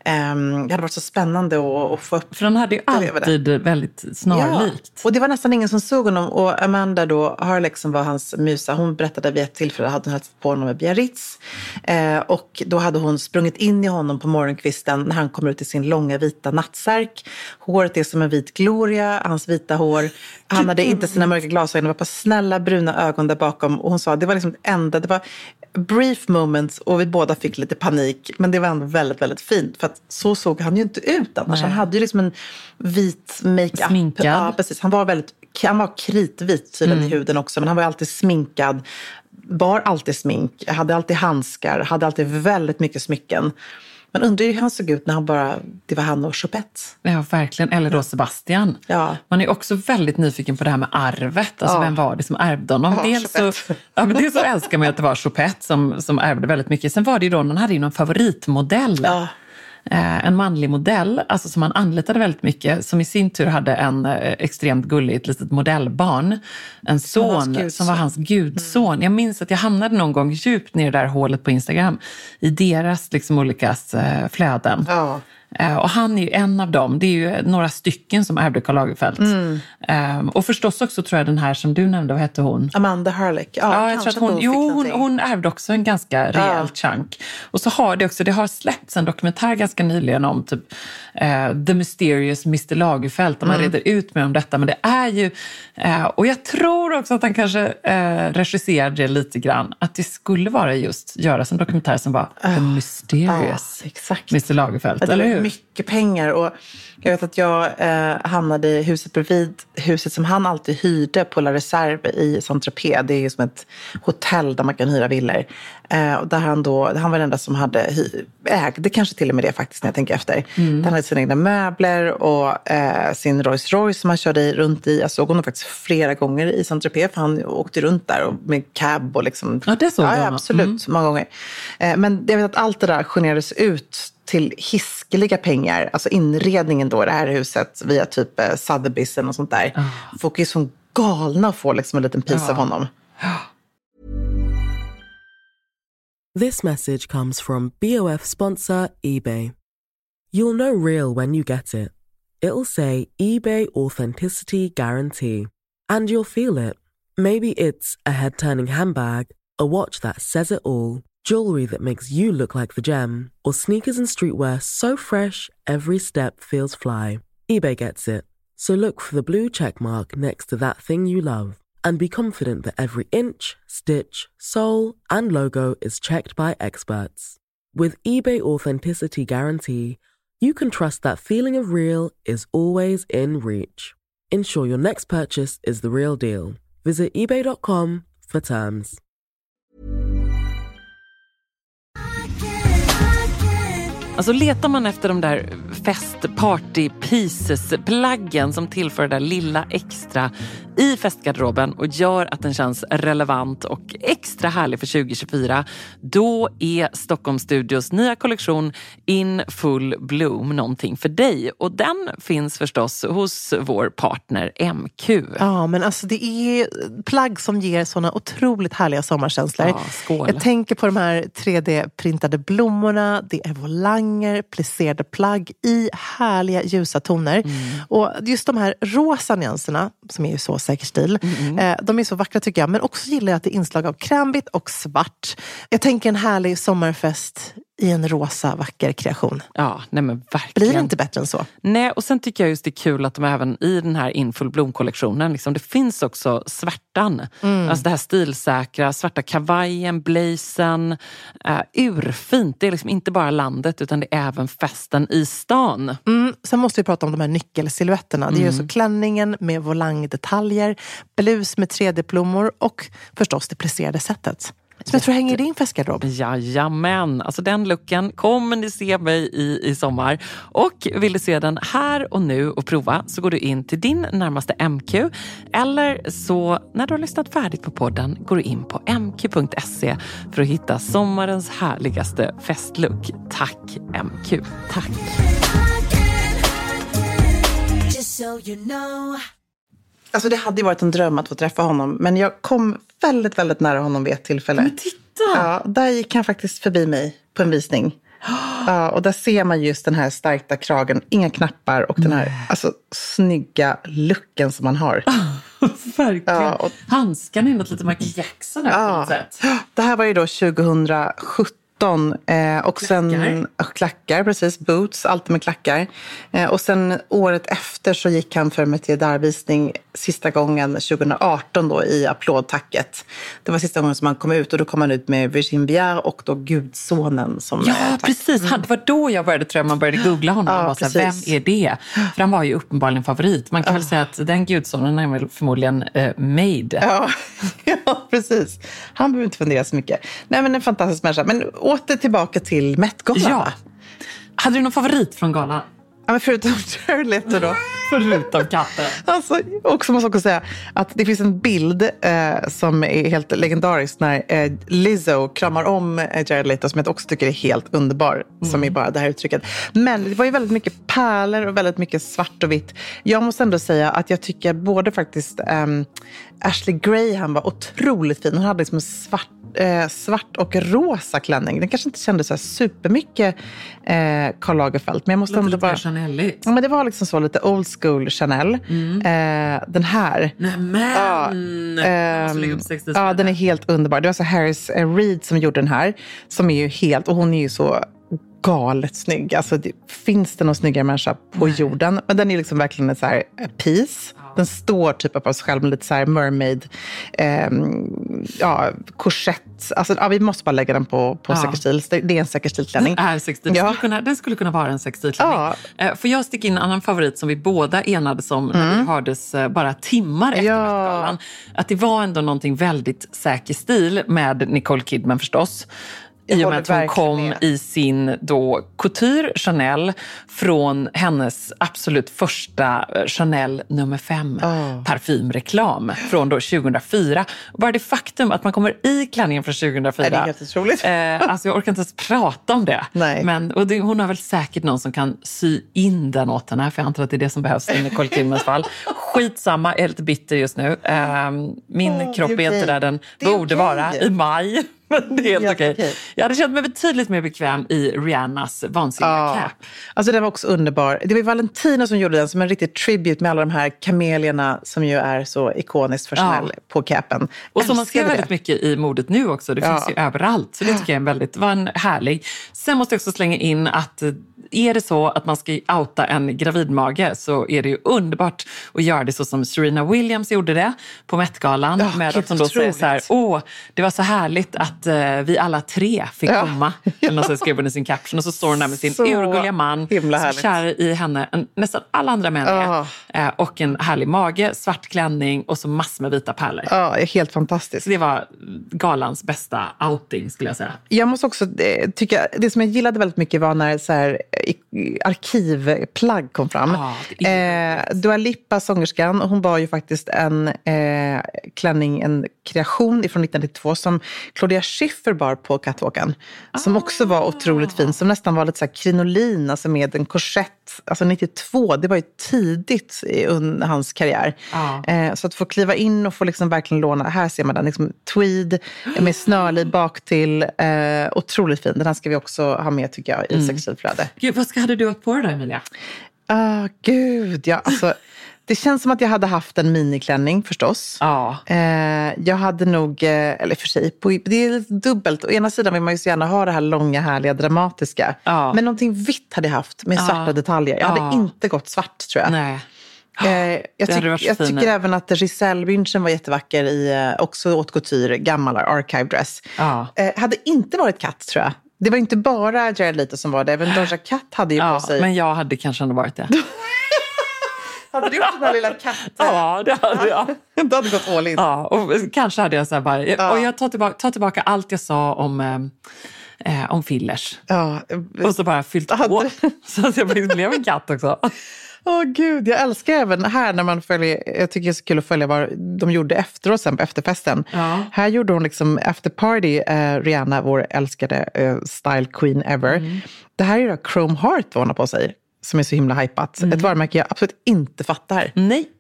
[SPEAKER 5] Um, det hade varit så spännande att, att få upp.
[SPEAKER 4] För han hade ju alltid väldigt snarlikt.
[SPEAKER 5] Ja, och det var nästan ingen som såg honom. Och Amanda då, Harleck som var hans musa, hon berättade vid ett tillfälle att hon hade hälsat på honom med Biarritz. Eh, och då hade hon sprungit in i honom på morgonkvisten när han kommer ut i sin långa vita nattsärk. Håret är som en vit gloria, hans vita hår. Han hade inte sina mörka glasögon, det var på snälla bruna ögon där bakom. Och hon sa, det var liksom det enda, det var brief moments och vi båda fick lite panik. Men det var ändå väldigt, väldigt fint. För att så såg han ju inte ut annars. Nej. Han hade ju liksom en vit make-up.
[SPEAKER 4] Sminkad.
[SPEAKER 5] Ja, precis. Han var väldigt, han var kritvit tydligen mm. i huden också. Men han var alltid sminkad. Bar alltid smink. Hade alltid handskar. Hade alltid väldigt mycket smycken. Man undrar ju hur han såg ut när han bara, det var han och Choupette.
[SPEAKER 4] Ja, verkligen. Eller då Sebastian.
[SPEAKER 5] Ja.
[SPEAKER 4] Man är också väldigt nyfiken på det här med arvet. Alltså, ja. Vem var det som ärvde honom?
[SPEAKER 5] Ja,
[SPEAKER 4] dels, så, ja, men dels så älskar man att det var Choupette som, som ärvde väldigt mycket. Sen var det ju då, han hade ju någon favoritmodell. Ja. Eh, en manlig modell, alltså som han anlitade väldigt mycket, som i sin tur hade en eh, extremt gulligt litet modellbarn. En son som, som var hans gudson. Mm. Jag minns att jag hamnade någon gång djupt ner i det där hålet på Instagram i deras liksom olika eh, flöden. Ja. Uh, och han är ju en av dem. Det är ju några stycken som ärvde Karl Lagerfeld. Mm. Um, och förstås också tror jag den här som du nämnde, vad hette hon?
[SPEAKER 5] Amanda Harleck. Ja,
[SPEAKER 4] ja jag tror att hon, hon jo, hon, hon ärvde också en ganska rejäl ja. chunk. Och så har det också, det har släppts en dokumentär ganska nyligen om typ uh, The Mysterious mister Lagerfeld. Där mm. man reder ut med om detta. Men det är ju, uh, och jag tror också att han kanske uh, regisserade det lite grann. Att det skulle vara just göras en dokumentär som var uh. The Mysterious uh, exakt. mister Lagerfeld. Eller hur?
[SPEAKER 5] Mycket pengar och jag vet att jag eh, hamnade i huset bredvid huset som han alltid hyrde på La Reserve i Saint-Tropez. Det är ju som ett hotell där man kan hyra villor. Eh, och där han då, han var den enda som hade hy- ägde kanske till och med det faktiskt när jag tänker efter. Mm. Han hade sina egna möbler och eh, sin Rolls Royce som han körde runt i. Jag såg honom faktiskt flera gånger i Saint-Tropez för han åkte runt där och med cab och liksom.
[SPEAKER 4] Ja, det såg jag.
[SPEAKER 5] Ja, absolut, mm. många gånger. Eh, men jag vet att allt det där genererades ut till hiskeliga pengar, alltså inredningen då i det här huset via typ eh, Sotheby's och sånt där. Oh. Folk är så galna att få liksom en liten piece oh. av honom.
[SPEAKER 6] This message comes from B O F sponsor eBay. You'll know real when you get it. It'll say eBay Authenticity Guarantee. And you'll feel it. Maybe it's a head-turning handbag, a watch that says it all, jewelry that makes you look like the gem, or sneakers and streetwear so fresh every step feels fly. eBay gets it. So look for the blue check mark next to that thing you love and be confident that every inch, stitch, sole, and logo is checked by experts. With eBay Authenticity Guarantee, you can trust that feeling of real is always in reach. Ensure your next purchase is the real deal. Visit ebay dot com for terms.
[SPEAKER 4] Alltså letar man efter de där festparty pieces, plaggen som tillför det där lilla extra i festgarderoben och gör att den känns relevant och extra härlig för tjugo tjugofyra, då är Stockholm Studios nya kollektion In Full Bloom någonting för dig. Och den finns förstås hos vår partner M Q.
[SPEAKER 5] Ja, men alltså det är plagg som ger såna otroligt härliga sommarkänslor.
[SPEAKER 4] Ja, skål.
[SPEAKER 5] Jag tänker på de här tre D-printade blommorna, det är volanger, plisserade plagg i härliga ljusa toner. Mm. Och just de här rosa nyanserna, som är ju så säker stil, mm. eh, de är så vackra tycker jag. Men också gillar jag att det är inslag av krämvitt och svart. Jag tänker en härlig sommarfest i en rosa vacker kreation.
[SPEAKER 4] Ja, nej men verkligen.
[SPEAKER 5] Blir det inte bättre än så?
[SPEAKER 4] Nej, och sen tycker jag just det är kul att de även i den här In Full Bloom-kollektionen, liksom, det finns också svärtan. Mm. Alltså det här stilsäkra, svarta kavajen, blazen, uh, urfint. Det är liksom inte bara landet utan det är även festen i stan.
[SPEAKER 5] Mm. Sen måste vi prata om de här nyckelsilhuetterna. Mm. Det är ju så klänningen med volangdetaljer, blus med tre D-plommor och förstås det plisserade sättet. Som jag tror hänger i din festgarderob.
[SPEAKER 4] Jajamän, alltså den looken kommer ni se mig i, i sommar. Och vill du se den här och nu och prova så går du in till din närmaste M Q. Eller så när du har lyssnat färdigt på podden går du in på m q punkt se för att hitta sommarens härligaste festlook. Tack M Q. Tack.
[SPEAKER 5] Alltså det hade ju varit en dröm att få träffa honom. Men jag kom väldigt, väldigt nära honom vid ett tillfälle.
[SPEAKER 4] Men titta!
[SPEAKER 5] Ja, där gick han faktiskt förbi mig på en visning. Ja, och där ser man just den här starka kragen, inga knappar och den här alltså, snygga looken som man har.
[SPEAKER 4] Verkligen.
[SPEAKER 5] Ja, och,
[SPEAKER 4] Handskan är något lite Michael Jackson här
[SPEAKER 5] ja,
[SPEAKER 4] på något sätt.
[SPEAKER 5] Det här var ju då tjugohundrasjutton. Eh, och
[SPEAKER 4] klackar.
[SPEAKER 5] sen äh, klackar, precis, boots, alltid med klackar. Eh, och sen året efter så gick han för Métier d'Art-visning sista gången tjugohundraarton då i applådtacket. Det var sista gången som han kom ut och då kom han ut med Virginie Viard och då Gudsonen som
[SPEAKER 4] Ja,
[SPEAKER 5] eh,
[SPEAKER 4] precis. Han, det var då jag började, tror jag, man började googla honom.
[SPEAKER 5] Ja,
[SPEAKER 4] och bara så här, vem är det? För han var ju uppenbarligen favorit. Man kan väl säga att den Gudsonen är väl förmodligen eh, made.
[SPEAKER 5] Ja, ja, precis. Han behöver inte fundera så mycket. Nej, men en fantastisk människa. Men åter tillbaka till Met-galan.
[SPEAKER 4] Ja. Hade du någon favorit från galan?
[SPEAKER 5] Ja, men förutom Jared Leto då.
[SPEAKER 4] Förutom katten.
[SPEAKER 5] Alltså, också måste jag också säga att det finns en bild eh, som är helt legendarisk när eh, Lizzo kramar om eh, Jared Leto som jag också tycker är helt underbar. Mm. Som är bara det här uttrycket. Men det var ju väldigt mycket pärlor och väldigt mycket svart och vitt. Jag måste ändå säga att jag tycker både faktiskt eh, Ashley Graham var otroligt fin. Hon hade liksom en svart Eh, svart och rosa klänning. Den kanske inte kändes så här supermycket eh, Karl Lagerfeld. Men jag måste ändå bara...
[SPEAKER 4] Chanel-igt.
[SPEAKER 5] Ja, men det var liksom så lite old school Chanel. Mm. Eh, den här.
[SPEAKER 4] Nämen!
[SPEAKER 5] Ja, eh, ja, den är helt underbar. Det var så Harris Reed som gjorde den här. Som är ju helt... Och hon är ju så galet snygg. Alltså, det, finns det någon snyggare människa på Nej. jorden? Men den är liksom verkligen en så här piece. Den står typ på sig själv med lite så här mermaid, eh, ja, korsett. Alltså, ja, vi måste bara lägga den på, på ja. säkerstil. Det är en säkerstilklänning.
[SPEAKER 4] Den är säkerstil. Ja. Skulle kunna, den skulle kunna vara en säkerstilklänning. Ja. Eh, får jag sticka in en annan favorit som vi båda enades om mm. när vi hördes eh, bara timmar efter ja. Met-galan. Att det var ändå någonting väldigt säker stil med Nicole Kidman förstås. I och med att hon kom med. i sin då couture Chanel från hennes absolut första Chanel nummer fem oh. parfymreklam från då tjugohundrafyra. Bara det faktum att man kommer i klänningen från tjugohundrafyra.
[SPEAKER 5] Det är helt otroligt.
[SPEAKER 4] Eh, alltså jag orkar inte ens prata om det.
[SPEAKER 5] Nej.
[SPEAKER 4] Men, och det, hon har väl säkert någon som kan sy in den åt henne. För jag antar att det är det som behövs i Nicole Kidmans fall. Skitsamma, jag är lite bitter just nu. Eh, min oh, kropp är okay. inte där den borde okay. vara i maj. Men det är helt ja, okej. Okay. Jag hade känt mig betydligt mer bekväm i Rihannas vansinniga ja. cap.
[SPEAKER 5] Alltså den var också underbar. Det var Valentino som gjorde den som en riktig tribute med alla de här kamelierna som ju är så ikoniskt för Chanel ja. på capen.
[SPEAKER 4] Och som man ser det. väldigt mycket i modet nu också. Det ja. finns ju överallt. Så det tycker jag är väldigt, var en härlig. Sen måste jag också slänga in att är det så att man ska outa en gravidmage så är det ju underbart att göra det så som Serena Williams gjorde det på Met-galan. Ja, med att hon då säger så här, åh, det var så härligt att uh, vi alla tre fick ja. komma. Eller något så skrev hon i sin caption och så står hon där med sin urgulliga man som kär i henne, en, nästan alla andra män är. Uh, och en härlig mage, svart klänning och så massor med vita pärlor.
[SPEAKER 5] Ja, helt fantastiskt.
[SPEAKER 4] Så det var galans bästa outing skulle jag säga.
[SPEAKER 5] Jag måste också eh, tycka, det som jag gillade väldigt mycket var när så här arkivplagg kom fram. Ah, eh, Dua Lipa, sångerskan, hon var ju faktiskt en eh, klänning, en kreation ifrån nittonhundranittiotvå som Claudia Schiffer bar på catwalken. Ah. Som också var otroligt fin, som nästan var lite så här krinolin, alltså med en korsett. Alltså nittiotvå, det var ju tidigt i hans karriär. Ah. Eh, så att få kliva in och få liksom verkligen låna, här ser man den, liksom tweed med snörlig bak till, eh, otroligt fin. Den här ska vi också ha med tycker jag i mm. sextilflöde.
[SPEAKER 4] Gud, vad ska, hade du haft på dig då, Emilia?
[SPEAKER 5] Ah, uh, gud, ja, alltså det känns som att jag hade haft en miniklänning förstås.
[SPEAKER 4] Ja.
[SPEAKER 5] Eh, jag hade nog, eh, eller för sig, på, det är lite dubbelt. Å ena sidan vill man ju så gärna ha det här långa, härliga, dramatiska. Ja. Men någonting vitt hade jag haft med svarta ja. detaljer. Jag hade ja. inte gått svart, tror jag.
[SPEAKER 4] Nej.
[SPEAKER 5] Eh, jag, tyck, jag tycker även att Giselle Bündchen var jättevacker i, eh, också åt couture, gammal archive dress.
[SPEAKER 4] Ja.
[SPEAKER 5] Eh, hade inte varit katt, tror jag. Det var inte bara Jared Leto som var det. Även Doja Cat hade ju
[SPEAKER 4] ja,
[SPEAKER 5] på sig.
[SPEAKER 4] Men jag hade kanske ändå varit det.
[SPEAKER 5] Hade du gjort den där lilla katten?
[SPEAKER 4] Ja, det hade jag.
[SPEAKER 5] Du hade gått all in.
[SPEAKER 4] Ja, och kanske hade jag så här bara... Ja. Och jag tar tillbaka, tar tillbaka allt jag sa om... Eh, om fillers.
[SPEAKER 5] Ja.
[SPEAKER 4] Och så bara fyllt på. Så att jag blev en katt också.
[SPEAKER 5] Åh oh, gud, jag älskar även här när man följer, jag tycker det är så kul att följa vad de gjorde efteråt sen på efterfesten.
[SPEAKER 4] Ja.
[SPEAKER 5] Här gjorde hon liksom after party, eh, Rihanna, vår älskade eh, style queen ever. Mm. Det här är då Chrome Heart vad hon har på sig, som är så himla hypat. Mm. Ett varumärke jag absolut inte fattar.
[SPEAKER 4] Nej.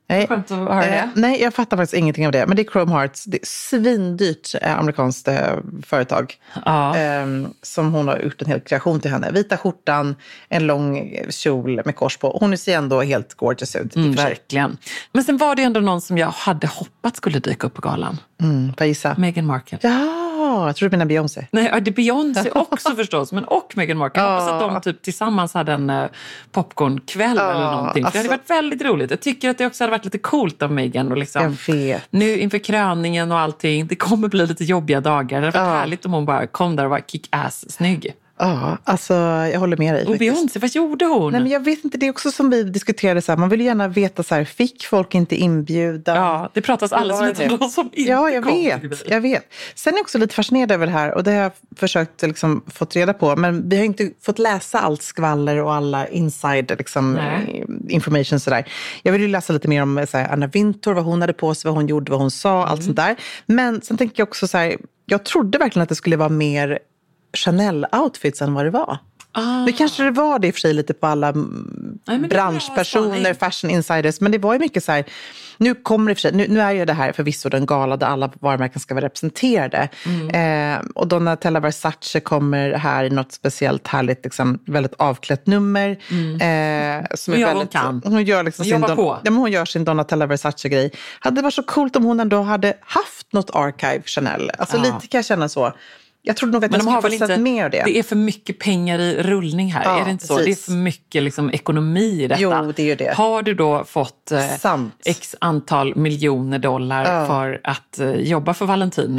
[SPEAKER 5] Nej.
[SPEAKER 4] Skönt att höra det.
[SPEAKER 5] Eh, nej, jag fattar faktiskt ingenting av det. Men det är Chrome Hearts. Det är svindyrt eh, amerikanskt eh, företag.
[SPEAKER 4] Ja.
[SPEAKER 5] Eh, som hon har gjort en hel kreation till henne. Vita skjortan, en lång kjol med kors på. Hon ser ändå helt gorgeous ut.
[SPEAKER 4] Mm, verkligen. Men sen var det ändå någon som jag hade hoppats skulle dyka upp på galan.
[SPEAKER 5] Mm, vad gissa?
[SPEAKER 4] Meghan Markle.
[SPEAKER 5] Ja, jag tror du menar Beyoncé.
[SPEAKER 4] Nej, det är Beyoncé också förstås, men och Meghan Markle. Jag hoppas att de typ tillsammans hade en uh, popcornkväll
[SPEAKER 5] ja,
[SPEAKER 4] eller någonting. För alltså, det hade varit väldigt roligt. Jag tycker att det också hade varit lite coolt av Meghan. Och liksom,
[SPEAKER 5] jag vet.
[SPEAKER 4] Nu inför kröningen och allting, det kommer bli lite jobbiga dagar. Det hade varit ja. härligt om hon bara kom där och var kick-ass-snygg.
[SPEAKER 5] Ja, alltså jag håller med dig.
[SPEAKER 4] Och Beyoncé, vad gjorde hon?
[SPEAKER 5] Nej, men jag vet inte, det är också som vi diskuterade så här, man vill gärna veta så här, fick folk inte inbjuda?
[SPEAKER 4] Ja, det pratas alldeles lite om de som inte
[SPEAKER 5] Ja, jag
[SPEAKER 4] kom.
[SPEAKER 5] vet, jag vet. Sen är jag också lite fascinerad över det här och det har jag försökt liksom fått reda på, men vi har inte fått läsa allt skvaller och alla insider liksom, information sådär. Jag vill ju läsa lite mer om så här, Anna Wintour, vad hon hade på sig, vad hon gjorde, vad hon sa, mm. allt sånt där. Men sen tänker jag också så här, jag trodde verkligen att det skulle vara mer Chanel-outfits än vad det var. Ah. Det kanske det var det i och för sig lite på alla Nej, branschpersoner, fashion insiders. Men det var ju mycket så här, nu kommer det för sig, nu, nu är ju det här förvisso den gala där alla varumärken ska vara representerade. Mm. Eh, och Donatella Versace kommer här i något speciellt härligt, liksom, väldigt avklätt nummer. Mm. Eh, som
[SPEAKER 4] hon
[SPEAKER 5] är
[SPEAKER 4] gör
[SPEAKER 5] väldigt,
[SPEAKER 4] hon kan.
[SPEAKER 5] Hon gör, liksom
[SPEAKER 4] hon
[SPEAKER 5] sin
[SPEAKER 4] jobbar
[SPEAKER 5] don,
[SPEAKER 4] på.
[SPEAKER 5] Ja, men hon gör sin Donatella Versace-grej. Hade det varit så coolt om hon ändå hade haft något archive Chanel. Alltså ja. lite kan jag känna så. Jag trodde nog att
[SPEAKER 4] men
[SPEAKER 5] jag skulle få sett mer av det.
[SPEAKER 4] Det är för mycket pengar i rullning här,
[SPEAKER 5] ja,
[SPEAKER 4] är det inte så?
[SPEAKER 5] Precis.
[SPEAKER 4] Det är för mycket liksom, ekonomi i detta.
[SPEAKER 5] Jo, det är ju det.
[SPEAKER 4] Har du då fått eh, x antal miljoner dollar ja. för att eh, jobba för Valentino,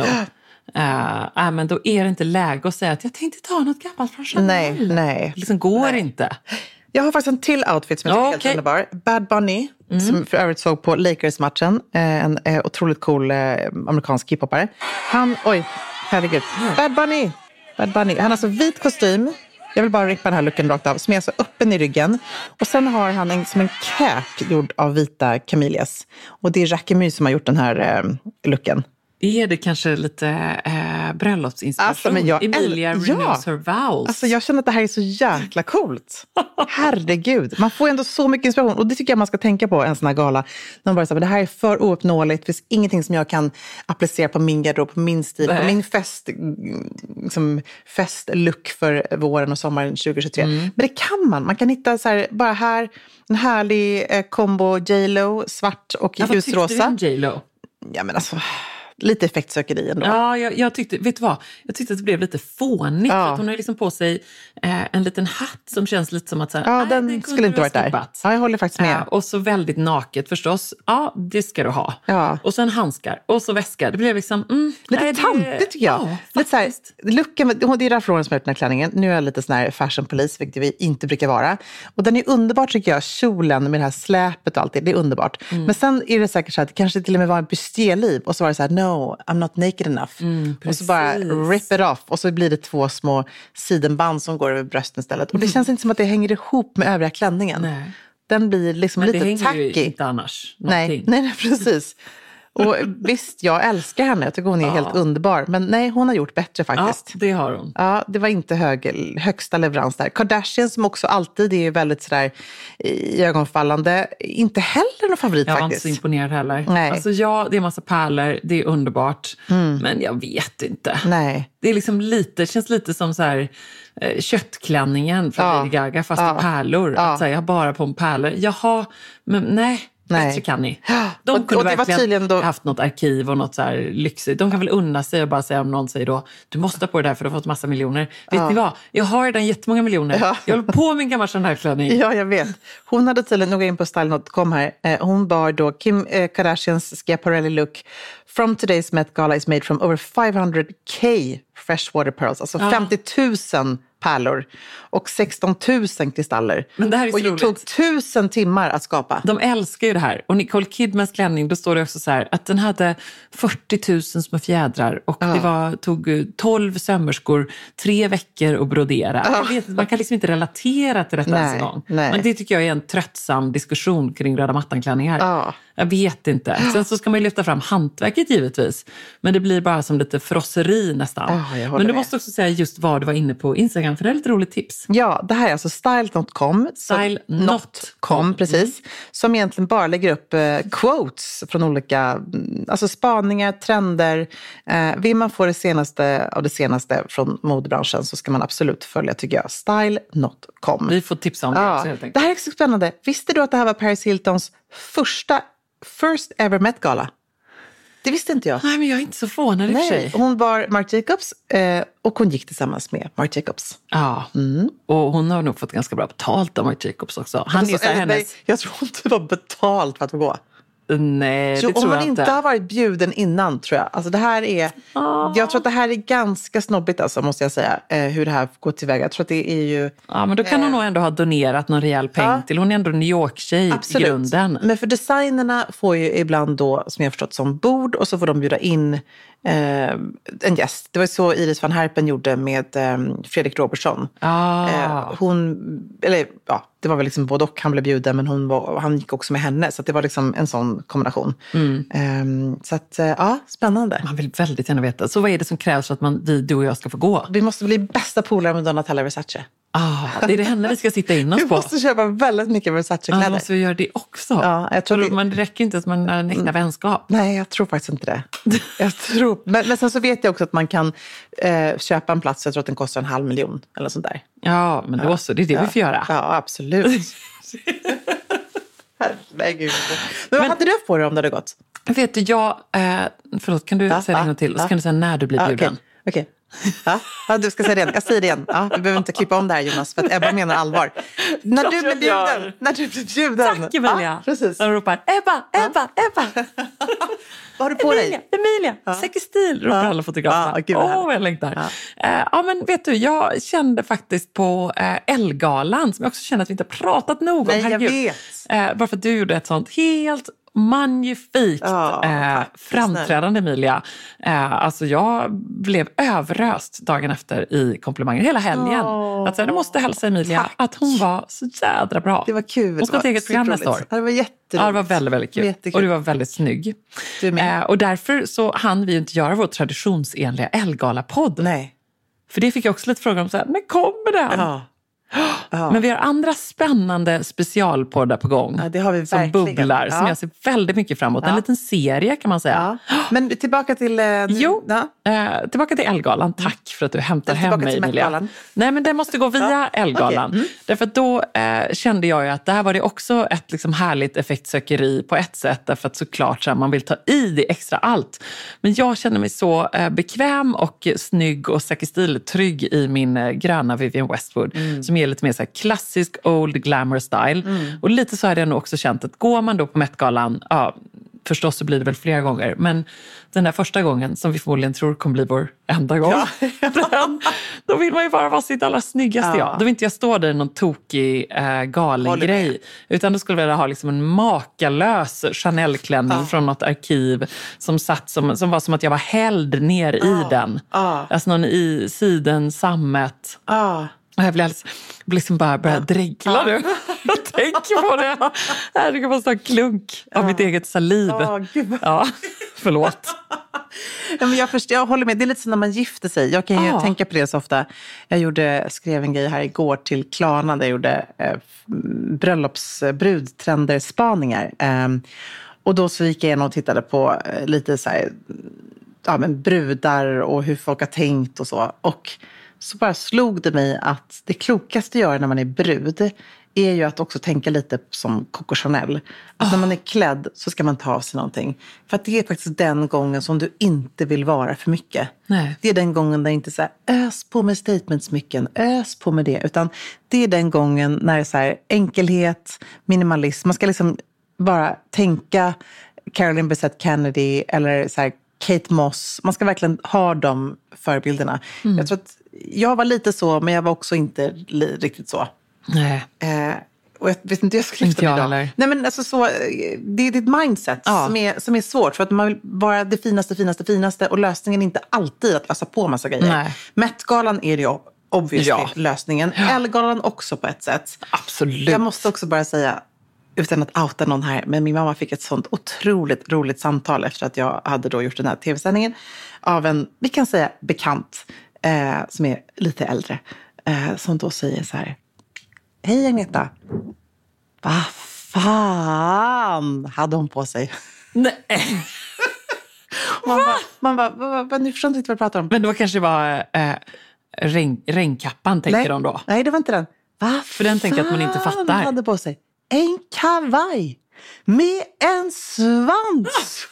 [SPEAKER 4] uh, äh, men då är det inte läge att säga att jag tänkte ta något gammalt från Chanel.
[SPEAKER 5] Nej, nej.
[SPEAKER 4] Det liksom går
[SPEAKER 5] nej.
[SPEAKER 4] inte.
[SPEAKER 5] Jag har faktiskt en till outfit som jag tycker är okay. helt underbar. Bad Bunny, mm. som för övrigt såg på Lakers-matchen. En eh, otroligt cool eh, amerikansk hiphopare. Han, oj, herregud. Mm. Bad Bunny, Bad Bunny. Han har alltså vit kostym. Jag vill bara rippa den här looken rakt av. Som är så öppen i ryggen. Och sen har han en, som en cap gjord av vita camellias. Och det är Jacquemus som har gjort den här eh, looken.
[SPEAKER 4] Är det kanske lite eh, bröllopsinspiration?
[SPEAKER 5] Alltså, men jag,
[SPEAKER 4] Emilia
[SPEAKER 5] ja.
[SPEAKER 4] renews her vows.
[SPEAKER 5] Alltså jag känner att det här är så jäkla coolt. Herregud. Man får ändå så mycket inspiration. Och det tycker jag man ska tänka på en sån här gala. När man bara säger, det här är för ouppnåeligt. Det finns ingenting som jag kan applicera på min garderob, på min stil, Nej. på min fest, liksom, festlook för våren och sommaren tjugohundratjugotre. Mm. Men det kan man. Man kan hitta så här, bara här, en härlig eh, kombo J Lo, svart och
[SPEAKER 4] ja,
[SPEAKER 5] ljusrosa.
[SPEAKER 4] Vad tyckte du om J Lo?
[SPEAKER 5] Ja, men alltså... Lite effektsökeri ändå.
[SPEAKER 4] Ja, jag, jag tyckte, vet du vad? Jag tyckte att det blev lite fånigt. Ja. För att hon har liksom på sig eh, en liten hatt som känns lite som att... Så här,
[SPEAKER 5] ja, den, den skulle inte varit där. Ja, jag håller faktiskt med. Eh,
[SPEAKER 4] och så väldigt naket förstås. Ja, det ska du ha.
[SPEAKER 5] Ja.
[SPEAKER 4] Och sen handskar. Och så väska. Det blev liksom... Mm,
[SPEAKER 5] lite
[SPEAKER 4] nej,
[SPEAKER 5] tantigt tycker jag.
[SPEAKER 4] Ja,
[SPEAKER 5] lite så här, looken, det är Ralph Lauren som har gjort den här klänningen. Nu är jag lite sån här fashionpolis, vilket vi inte brukar vara. Och den är underbart tycker jag. Kjolen med det här släpet och allt det. Det är underbart. Mm. Men sen är det säkert så att det kanske till och med var en bustier-liv. Och så var det så här, no, I'm not naked enough. Mm, och så bara rip it off. Och så blir det två små sidenband som går över brösten istället. Och det mm. känns inte som att det hänger ihop med övriga klänningen. Nej. Den blir liksom
[SPEAKER 4] men
[SPEAKER 5] lite tacky.
[SPEAKER 4] Men det hänger ju inte annars.
[SPEAKER 5] Nej, nej, nej, precis. Och visst, jag älskar henne. Jag tycker hon är ja. helt underbar. Men nej, hon har gjort bättre faktiskt.
[SPEAKER 4] Ja, det har hon.
[SPEAKER 5] Ja, det var inte hög, högsta leverans där. Kardashian som också alltid är väldigt sådär i ögonfallande. Inte heller någon favorit
[SPEAKER 4] jag
[SPEAKER 5] faktiskt.
[SPEAKER 4] Jag var inte så imponerad heller.
[SPEAKER 5] Nej.
[SPEAKER 4] Alltså ja, det är en massa pärlor. Det är underbart. Mm. Men jag vet inte.
[SPEAKER 5] Nej.
[SPEAKER 4] Det är liksom lite, det känns lite som så här eh, köttklänningen från Lady ja. Gaga fast ja. i pärlor. Ja. Att säga, jag bara på en pärlor. Jaha, men nej. Nej. Bättre kan ni. De
[SPEAKER 5] och,
[SPEAKER 4] kunde
[SPEAKER 5] och det
[SPEAKER 4] verkligen
[SPEAKER 5] var då...
[SPEAKER 4] haft något arkiv och något så här lyxigt. De kan väl unna sig och bara säga om någon säger då du måste ha på det där för du har fått massa miljoner. Vet ja. ni vad? Jag har redan jättemånga miljoner. Ja. Jag håller på med en gammal Chanel-klänning.
[SPEAKER 5] Ja, jag vet. Hon hade tydligen, nog in på style dot com här, hon bar då Kim Kardashians Schiaparelli look from today's Met Gala is made from over five hundred k freshwater pearls. Alltså ja. femtio tusen pärlor och sexton tusen kristaller.
[SPEAKER 4] Men det här är så
[SPEAKER 5] och det
[SPEAKER 4] roligt.
[SPEAKER 5] tog tusen timmar att skapa.
[SPEAKER 4] De älskar ju det här. Och Nicole Kidmans klänning, då står det också så här att den hade fyrtio tusen små fjädrar och ja. det var, tog tolv sömmerskor tre veckor att brodera. Ja. Jag vet, man kan liksom inte relatera till detta ens en gång. Men det tycker jag är en tröttsam diskussion kring röda mattan-klänningar. Ja. Jag vet inte. Sen så ska man ju lyfta fram hantverket givetvis. Men det blir bara som lite frosseri nästan.
[SPEAKER 5] Ja,
[SPEAKER 4] men du måste också säga just vad du var inne på Instagram för det är ett roligt tips.
[SPEAKER 5] Ja, det här är alltså style dot com.
[SPEAKER 4] Style dot com,
[SPEAKER 5] precis. Mm. Som egentligen bara lägger upp eh, quotes från olika, alltså spaningar, trender. Eh, vill man få det senaste av det senaste från modebranschen så ska man absolut följa, tycker jag. style dot com.
[SPEAKER 4] Vi får tipsa om det
[SPEAKER 5] ja,
[SPEAKER 4] också, helt enkelt.
[SPEAKER 5] Det här är så spännande. Visste du att det här var Paris Hiltons första, first ever Met-gala? Det visste inte jag.
[SPEAKER 4] Nej, men jag är inte så förvånad i och för sig.
[SPEAKER 5] Hon var Marc Jacobs eh, och hon gick tillsammans med Marc Jacobs.
[SPEAKER 4] Ja, mm. och hon har nog fått ganska bra betalt av Marc Jacobs också. Han
[SPEAKER 5] alltså,
[SPEAKER 4] är så här hennes...
[SPEAKER 5] nej, jag tror inte det var betalt för att få gå.
[SPEAKER 4] Nej, det
[SPEAKER 5] så
[SPEAKER 4] tror
[SPEAKER 5] om
[SPEAKER 4] jag
[SPEAKER 5] man
[SPEAKER 4] inte
[SPEAKER 5] inte har varit bjuden innan, tror jag. Alltså det här är, ah. jag tror att det här är ganska snobbigt, alltså, måste jag säga, eh, hur det här går tillväga. Jag tror att det är ju...
[SPEAKER 4] Ja, men då kan eh, hon nog ändå ha donerat någon rejäl peng ja. till. Hon är ändå New York-tjej i grunden. Men
[SPEAKER 5] för designerna får ju ibland då, som jag har förstått, som bord och så får de bjuda in eh, en gäst. Det var så Iris van Herpen gjorde med eh, Fredrik Robertson.
[SPEAKER 4] Ah.
[SPEAKER 5] Eh, hon, eller ja, det var väl liksom både och han blev bjuden, men hon var, han gick också med henne. Så att det var liksom en sån kombination.
[SPEAKER 4] Mm.
[SPEAKER 5] Um, så att, uh, ja, spännande.
[SPEAKER 4] Man vill väldigt gärna veta. Så vad är det som krävs för att man, vi, du och jag ska få gå?
[SPEAKER 5] Vi måste bli bästa polare med Donatella Versace.
[SPEAKER 4] Ah, det är det henne vi ska sitta in oss på.
[SPEAKER 5] Vi måste köpa väldigt mycket Versace-kläder.
[SPEAKER 4] Ja, måste vi göra det också.
[SPEAKER 5] Ja, jag tror
[SPEAKER 4] det... Man, det räcker inte att man har en äkta vänskap.
[SPEAKER 5] Nej, jag tror faktiskt inte det. jag tror... men, men sen så vet jag också att man kan eh, köpa en plats, jag tror att den kostar en halv miljon eller sånt där.
[SPEAKER 4] Ja, men då
[SPEAKER 5] ja.
[SPEAKER 4] så, det är det
[SPEAKER 5] ja.
[SPEAKER 4] vi får göra.
[SPEAKER 5] Ja, absolut. Herregud. Men vad men, hade du på dig om det hade gått?
[SPEAKER 4] Vet du, jag... Eh, förlåt, kan du
[SPEAKER 5] ja,
[SPEAKER 4] säga det
[SPEAKER 5] ja,
[SPEAKER 4] en gång till?
[SPEAKER 5] Ja.
[SPEAKER 4] Så kan du säga när du blir
[SPEAKER 5] ja,
[SPEAKER 4] bjuden.
[SPEAKER 5] Okej. Okay. Okay. Ja, du ska säga det igen. Jag säger det igen. Ja, vi behöver inte klippa om det här, Jonas, för att Ebba menar allvar. När du blir bjuden. När du blir bjuden.
[SPEAKER 4] Tack, Emilia.
[SPEAKER 5] Ja, precis.
[SPEAKER 4] De ropar, Ebba, Ebba, Ebba.
[SPEAKER 5] Vad har du på
[SPEAKER 4] Emilia,
[SPEAKER 5] dig?
[SPEAKER 4] Emilia, ja. Säkerstil, ropar ja. alla fotograferna. Åh, ja, oh, vad jag längtar. Ja. Uh, ja, men vet du, jag kände faktiskt på uh, Ellegalan, som jag också känner att vi inte har pratat nog om.
[SPEAKER 5] Nej, jag vet.
[SPEAKER 4] Uh, bara för att du gjorde ett sånt helt magnifikt
[SPEAKER 5] ja,
[SPEAKER 4] eh, framträdande, Emilia. Eh, alltså jag blev överröst dagen efter i komplimanger hela helgen. Oh, att jag måste hälsa Emilia tack. Att hon var så jädra bra.
[SPEAKER 5] Det var kul.
[SPEAKER 4] Hon ska ha ett eget program nästa år.
[SPEAKER 5] Det var jätteroligt.
[SPEAKER 4] Ja, det var väldigt, väldigt kul. Jättekul. Och du var väldigt snygg. Eh, och därför så hann vi ju inte göra vår traditionsenliga Ellegala-podd.
[SPEAKER 5] Nej.
[SPEAKER 4] För det fick jag också lite frågor om. Så här, men kommer den?
[SPEAKER 5] Ja. Ja.
[SPEAKER 4] Men vi har andra spännande specialpoddar på gång.
[SPEAKER 5] Ja, det har vi
[SPEAKER 4] som
[SPEAKER 5] verkligen.
[SPEAKER 4] bubblar,
[SPEAKER 5] ja.
[SPEAKER 4] som jag ser väldigt mycket fram emot.
[SPEAKER 5] Ja.
[SPEAKER 4] En liten serie kan man säga.
[SPEAKER 5] Ja. Men tillbaka till... Eh,
[SPEAKER 4] jo,
[SPEAKER 5] ja.
[SPEAKER 4] eh, tillbaka till Ellegalan. Tack för att du hämtar hem mig, Emilia. Nej, men det måste gå via ja. Ellegalan. Okay. Mm. Därför att då eh, kände jag ju att där var det också ett liksom härligt effektsökeri på ett sätt. Därför att såklart så här, man vill ta i det extra allt. Men jag känner mig så eh, bekväm och snygg och säker stil, trygg i min eh, gröna Vivienne Westwood. Mm. Som ger lite mer så här klassisk old glamour style. Mm. Och lite så har jag nog också känt att går man då på Met-galan, ja, förstås så blir det väl flera gånger, men den där första gången som vi förmodligen tror kommer bli vår enda gång, ja. den, då vill man ju bara vara sitt allra snyggaste. Ja. Ja. Då vill inte jag stå där i någon tokig äh, galen grej, utan då skulle jag vilja ha liksom en makalös Chanel-klänning ja. Från något arkiv som satt som, som var som att jag var hälld ner ja. I den. Ja. Alltså någon i siden sammet.
[SPEAKER 5] Ja.
[SPEAKER 4] Och jag blir liksom bara börjar dregla ja. Nu. Jag tänker på det. Här kan man stå en klunk av ja. Mitt eget saliv.
[SPEAKER 5] Oh,
[SPEAKER 4] ja, förlåt.
[SPEAKER 5] Ja, men jag, först, jag håller med. Det är lite som när man gifter sig. Jag kan ju ah. tänka på det så ofta. Jag gjorde, skrev en grej här igår till Klarna där jag gjorde eh, bröllopsbrudtrender-spaningar. Eh, och då så gick jag igenom och tittade på eh, lite så här, ja, men brudar och hur folk har tänkt och så. Och så bara slog det mig att det klokaste att göra när man är brud är ju att också tänka lite som Coco Chanel. Att oh. när man är klädd så ska man ta av sig någonting. För att det är faktiskt den gången som du inte vill vara för mycket.
[SPEAKER 4] Nej.
[SPEAKER 5] Det är den gången där inte så här, ös på med statementsmycken, ös på med det. Utan det är den gången när det är så här, enkelhet, minimalism. Man ska liksom bara tänka Caroline Bessette Kennedy eller så här, Kate Moss. Man ska verkligen ha de förebilderna. Mm. Jag tror att jag var lite så, men jag var också inte li- riktigt så.
[SPEAKER 4] Nej.
[SPEAKER 5] Eh, och jag vet inte, jag skulle
[SPEAKER 4] inte jag heller.
[SPEAKER 5] Nej, men alltså så, det är ditt mindset ja. som, är, som är svårt. För att man vill vara det finaste, finaste, finaste. Och lösningen är inte alltid att lösa på massa grejer.
[SPEAKER 4] Nej.
[SPEAKER 5] Met-galan är det ju obviously
[SPEAKER 4] ja.
[SPEAKER 5] lösningen. Ja. Elle-galan också på ett sätt.
[SPEAKER 4] Absolut.
[SPEAKER 5] Jag måste också bara säga, utan att outa någon här, men min mamma fick ett sånt otroligt roligt samtal efter att jag hade då gjort den här tv-sändningen av en, vi kan säga bekant, eh, som är lite äldre. eh, som då säger så här: hej Agneta. Vad fan hade hon på sig?
[SPEAKER 4] Nej.
[SPEAKER 5] Man bara, man bara, vad, vad, nu förstår inte vad du pratar om.
[SPEAKER 4] Men då kanske det var eh, regn, regnkappan, tänker
[SPEAKER 5] nej,
[SPEAKER 4] de då.
[SPEAKER 5] Nej, det var inte den. Vad
[SPEAKER 4] För den tänker att man inte fattar.
[SPEAKER 5] hade på sig en kavaj med en svans.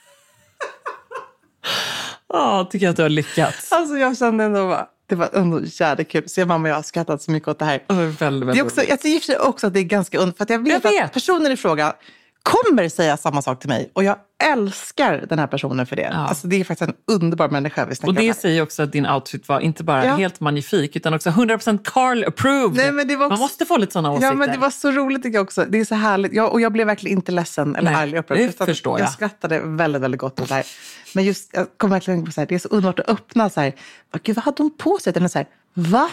[SPEAKER 4] Ja, tycker jag att du har lyckats.
[SPEAKER 5] Alltså jag kände ändå bara, det var ändå jävligt kul. Så mamma och jag har skrattat så mycket åt det här.
[SPEAKER 4] Oh, väldigt, väldigt
[SPEAKER 5] det är också, jag tycker också att det är ganska und, för att jag vet, jag vet att personen i fråga kommer säga samma sak till mig. Och jag älskar den här personen för det. Ja. Alltså det är faktiskt en underbar människa vi snackar.
[SPEAKER 4] Och det säger också att din outfit var inte bara ja. helt magnifik, utan också hundra procent Carl approved. Nej, men det var också, man måste få lite sådana åsikter.
[SPEAKER 5] Ja, men det var så roligt tycker jag också. Det är så härligt. Jag, och jag blev verkligen inte ledsen eller arg.
[SPEAKER 4] Nej, det förstår jag.
[SPEAKER 5] Jag skrattade väldigt, väldigt gott åt det här. Men just, jag kom verkligen på så här, det är så underbart att öppna så här. Gud, vad hade hon på sig? Den är så här, vad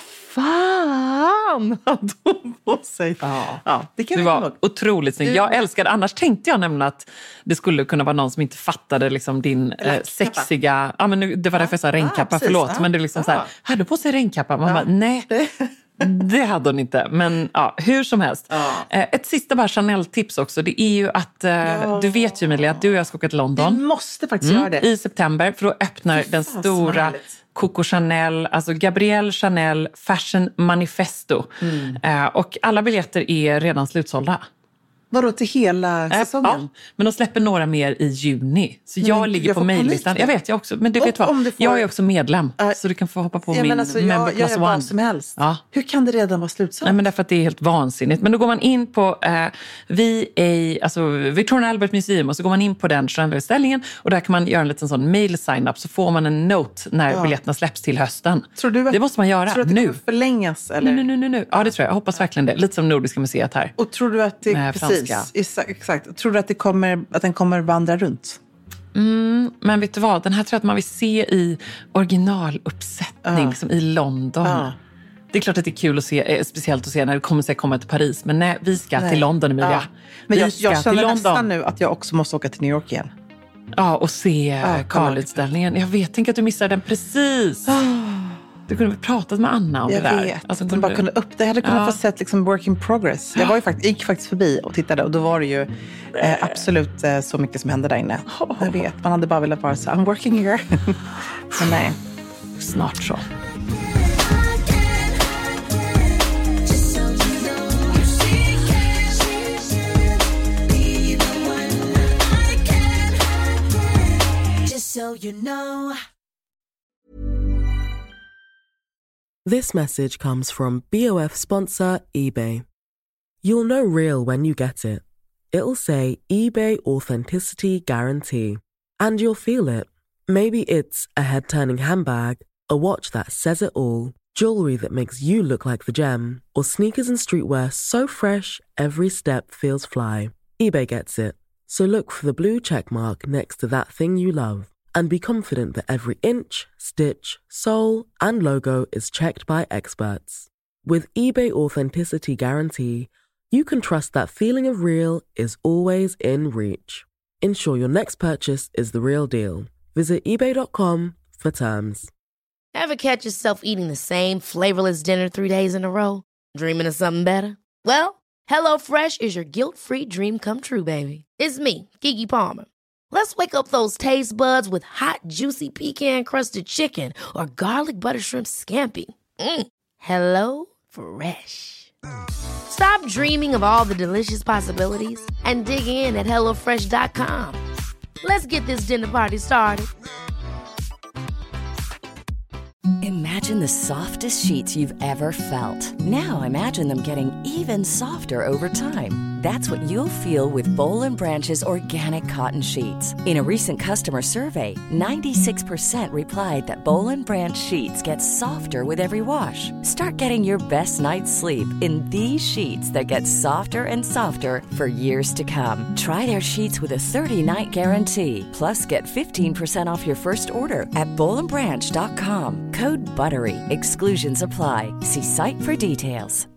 [SPEAKER 5] fan hade hon på sig?
[SPEAKER 4] Ja,
[SPEAKER 5] ja det kan
[SPEAKER 4] det
[SPEAKER 5] jag
[SPEAKER 4] var otroligt snyggt. Jag älskade, annars tänkte jag nämligen att det skulle kunna vara någon som inte fattade liksom din eh, sexiga, ja men nu, det var därför jag sa regnkappa, ah, förlåt. Ja. Men det är liksom ah. så här, hade hon på sig regnkappa? Man ja. bara, nej. Det hade hon inte, men ja, hur som helst. Ja. Ett sista bara Chanel-tips också. Det är ju att, ja. du vet ju Emilia, att du och jag ska åka till London.
[SPEAKER 5] Vi måste faktiskt mm, göra det.
[SPEAKER 4] I september, för då öppnar den stora Coco Chanel, alltså Gabrielle Chanel Fashion Manifesto. Mm. Och alla biljetter är redan slutsålda.
[SPEAKER 5] Vadå, till hela säsongen? Ja,
[SPEAKER 4] men de släpper några mer i juni. Så jag mm, ligger jag på mejllistan. Jag vet, jag också. Men du vet vad, får... jag är också medlem. Uh, så du kan få hoppa på ja, min alltså, member plus one. Jag gör vad
[SPEAKER 5] som helst.
[SPEAKER 4] Ja.
[SPEAKER 5] Hur kan det redan vara slutsålt?
[SPEAKER 4] Nej, men därför att det är helt vansinnigt. Men då går man in på eh, V A, alltså Victoria Albert Museum, och så går man in på den Chanel-utställningen, och där kan man göra en liten sån mail sign-up, så får man en note när ja. biljetterna släpps till hösten.
[SPEAKER 5] Tror du att,
[SPEAKER 4] det måste man göra
[SPEAKER 5] tror du att det
[SPEAKER 4] nu.
[SPEAKER 5] kommer förlängas? Eller?
[SPEAKER 4] Nu, nu, nu, nu. Ja, det tror jag. Jag hoppas verkligen det. Lite som Nordiska museet här.
[SPEAKER 5] Och tror du att det, precis, exakt. Tror du att, det kommer, att den kommer vandra runt?
[SPEAKER 4] Mm, men vet du vad? Den här tror jag att man vill se i originaluppsättning, uh. som i London. Uh. Det är klart att det är kul att se, speciellt att se när det kommer att komma till Paris. Men nej, vi ska nej. till London, Emilia. Uh.
[SPEAKER 5] Men jag, jag känner nästan nu att jag också måste åka till New York igen.
[SPEAKER 4] Ja, och se uh, Carl-utställningen. Jag vet, tänk att du missar den precis. Uh. Du kunde väl pratat med Anna om
[SPEAKER 5] jag
[SPEAKER 4] det där.
[SPEAKER 5] Jag vet. Alltså, de bara kunde upp det. Jag hade kunnat ja. få sett liksom work in progress. Jag var ju faktiskt, gick faktiskt förbi och tittade. Och då var det ju eh, absolut eh, så mycket som hände där inne. Oh. Jag vet. Man hade bara velat vara så, I'm working here. Men nej.
[SPEAKER 4] Snart så.
[SPEAKER 7] Just so you know.
[SPEAKER 6] This message comes from B O F sponsor eBay. You'll know real when you get it. It'll say eBay Authenticity Guarantee. And you'll feel it. Maybe it's a head-turning handbag, a watch that says it all, jewelry that makes you look like the gem, or sneakers and streetwear so fresh every step feels fly. eBay gets it. So look for the blue check mark next to that thing you love. And be confident that every inch, stitch, sole, and logo is checked by experts. With eBay Authenticity Guarantee, you can trust that feeling of real is always in reach. Ensure your next purchase is the real deal. Visit ebay dot com for terms.
[SPEAKER 7] Ever catch yourself eating the same flavorless dinner three days in a row? Dreaming of something better? Well, HelloFresh is your guilt-free dream come true, baby. It's me, Keke Palmer. Let's wake up those taste buds with hot, juicy pecan-crusted chicken or garlic butter shrimp scampi. Mm. Hello Fresh. Stop dreaming of all the delicious possibilities and dig in at hello fresh dot com. Let's get this dinner party started.
[SPEAKER 8] Imagine the softest sheets you've ever felt. Now imagine them getting even softer over time. That's what you'll feel with Boll and Branch's organic cotton sheets. In a recent customer survey, ninety-six percent replied that Boll and Branch sheets get softer with every wash. Start getting your best night's sleep in these sheets that get softer and softer for years to come. Try their sheets with a thirty-night guarantee. Plus, get fifteen percent off your first order at boll and branch dot com. Code BUTTERY. Exclusions apply. See site for details.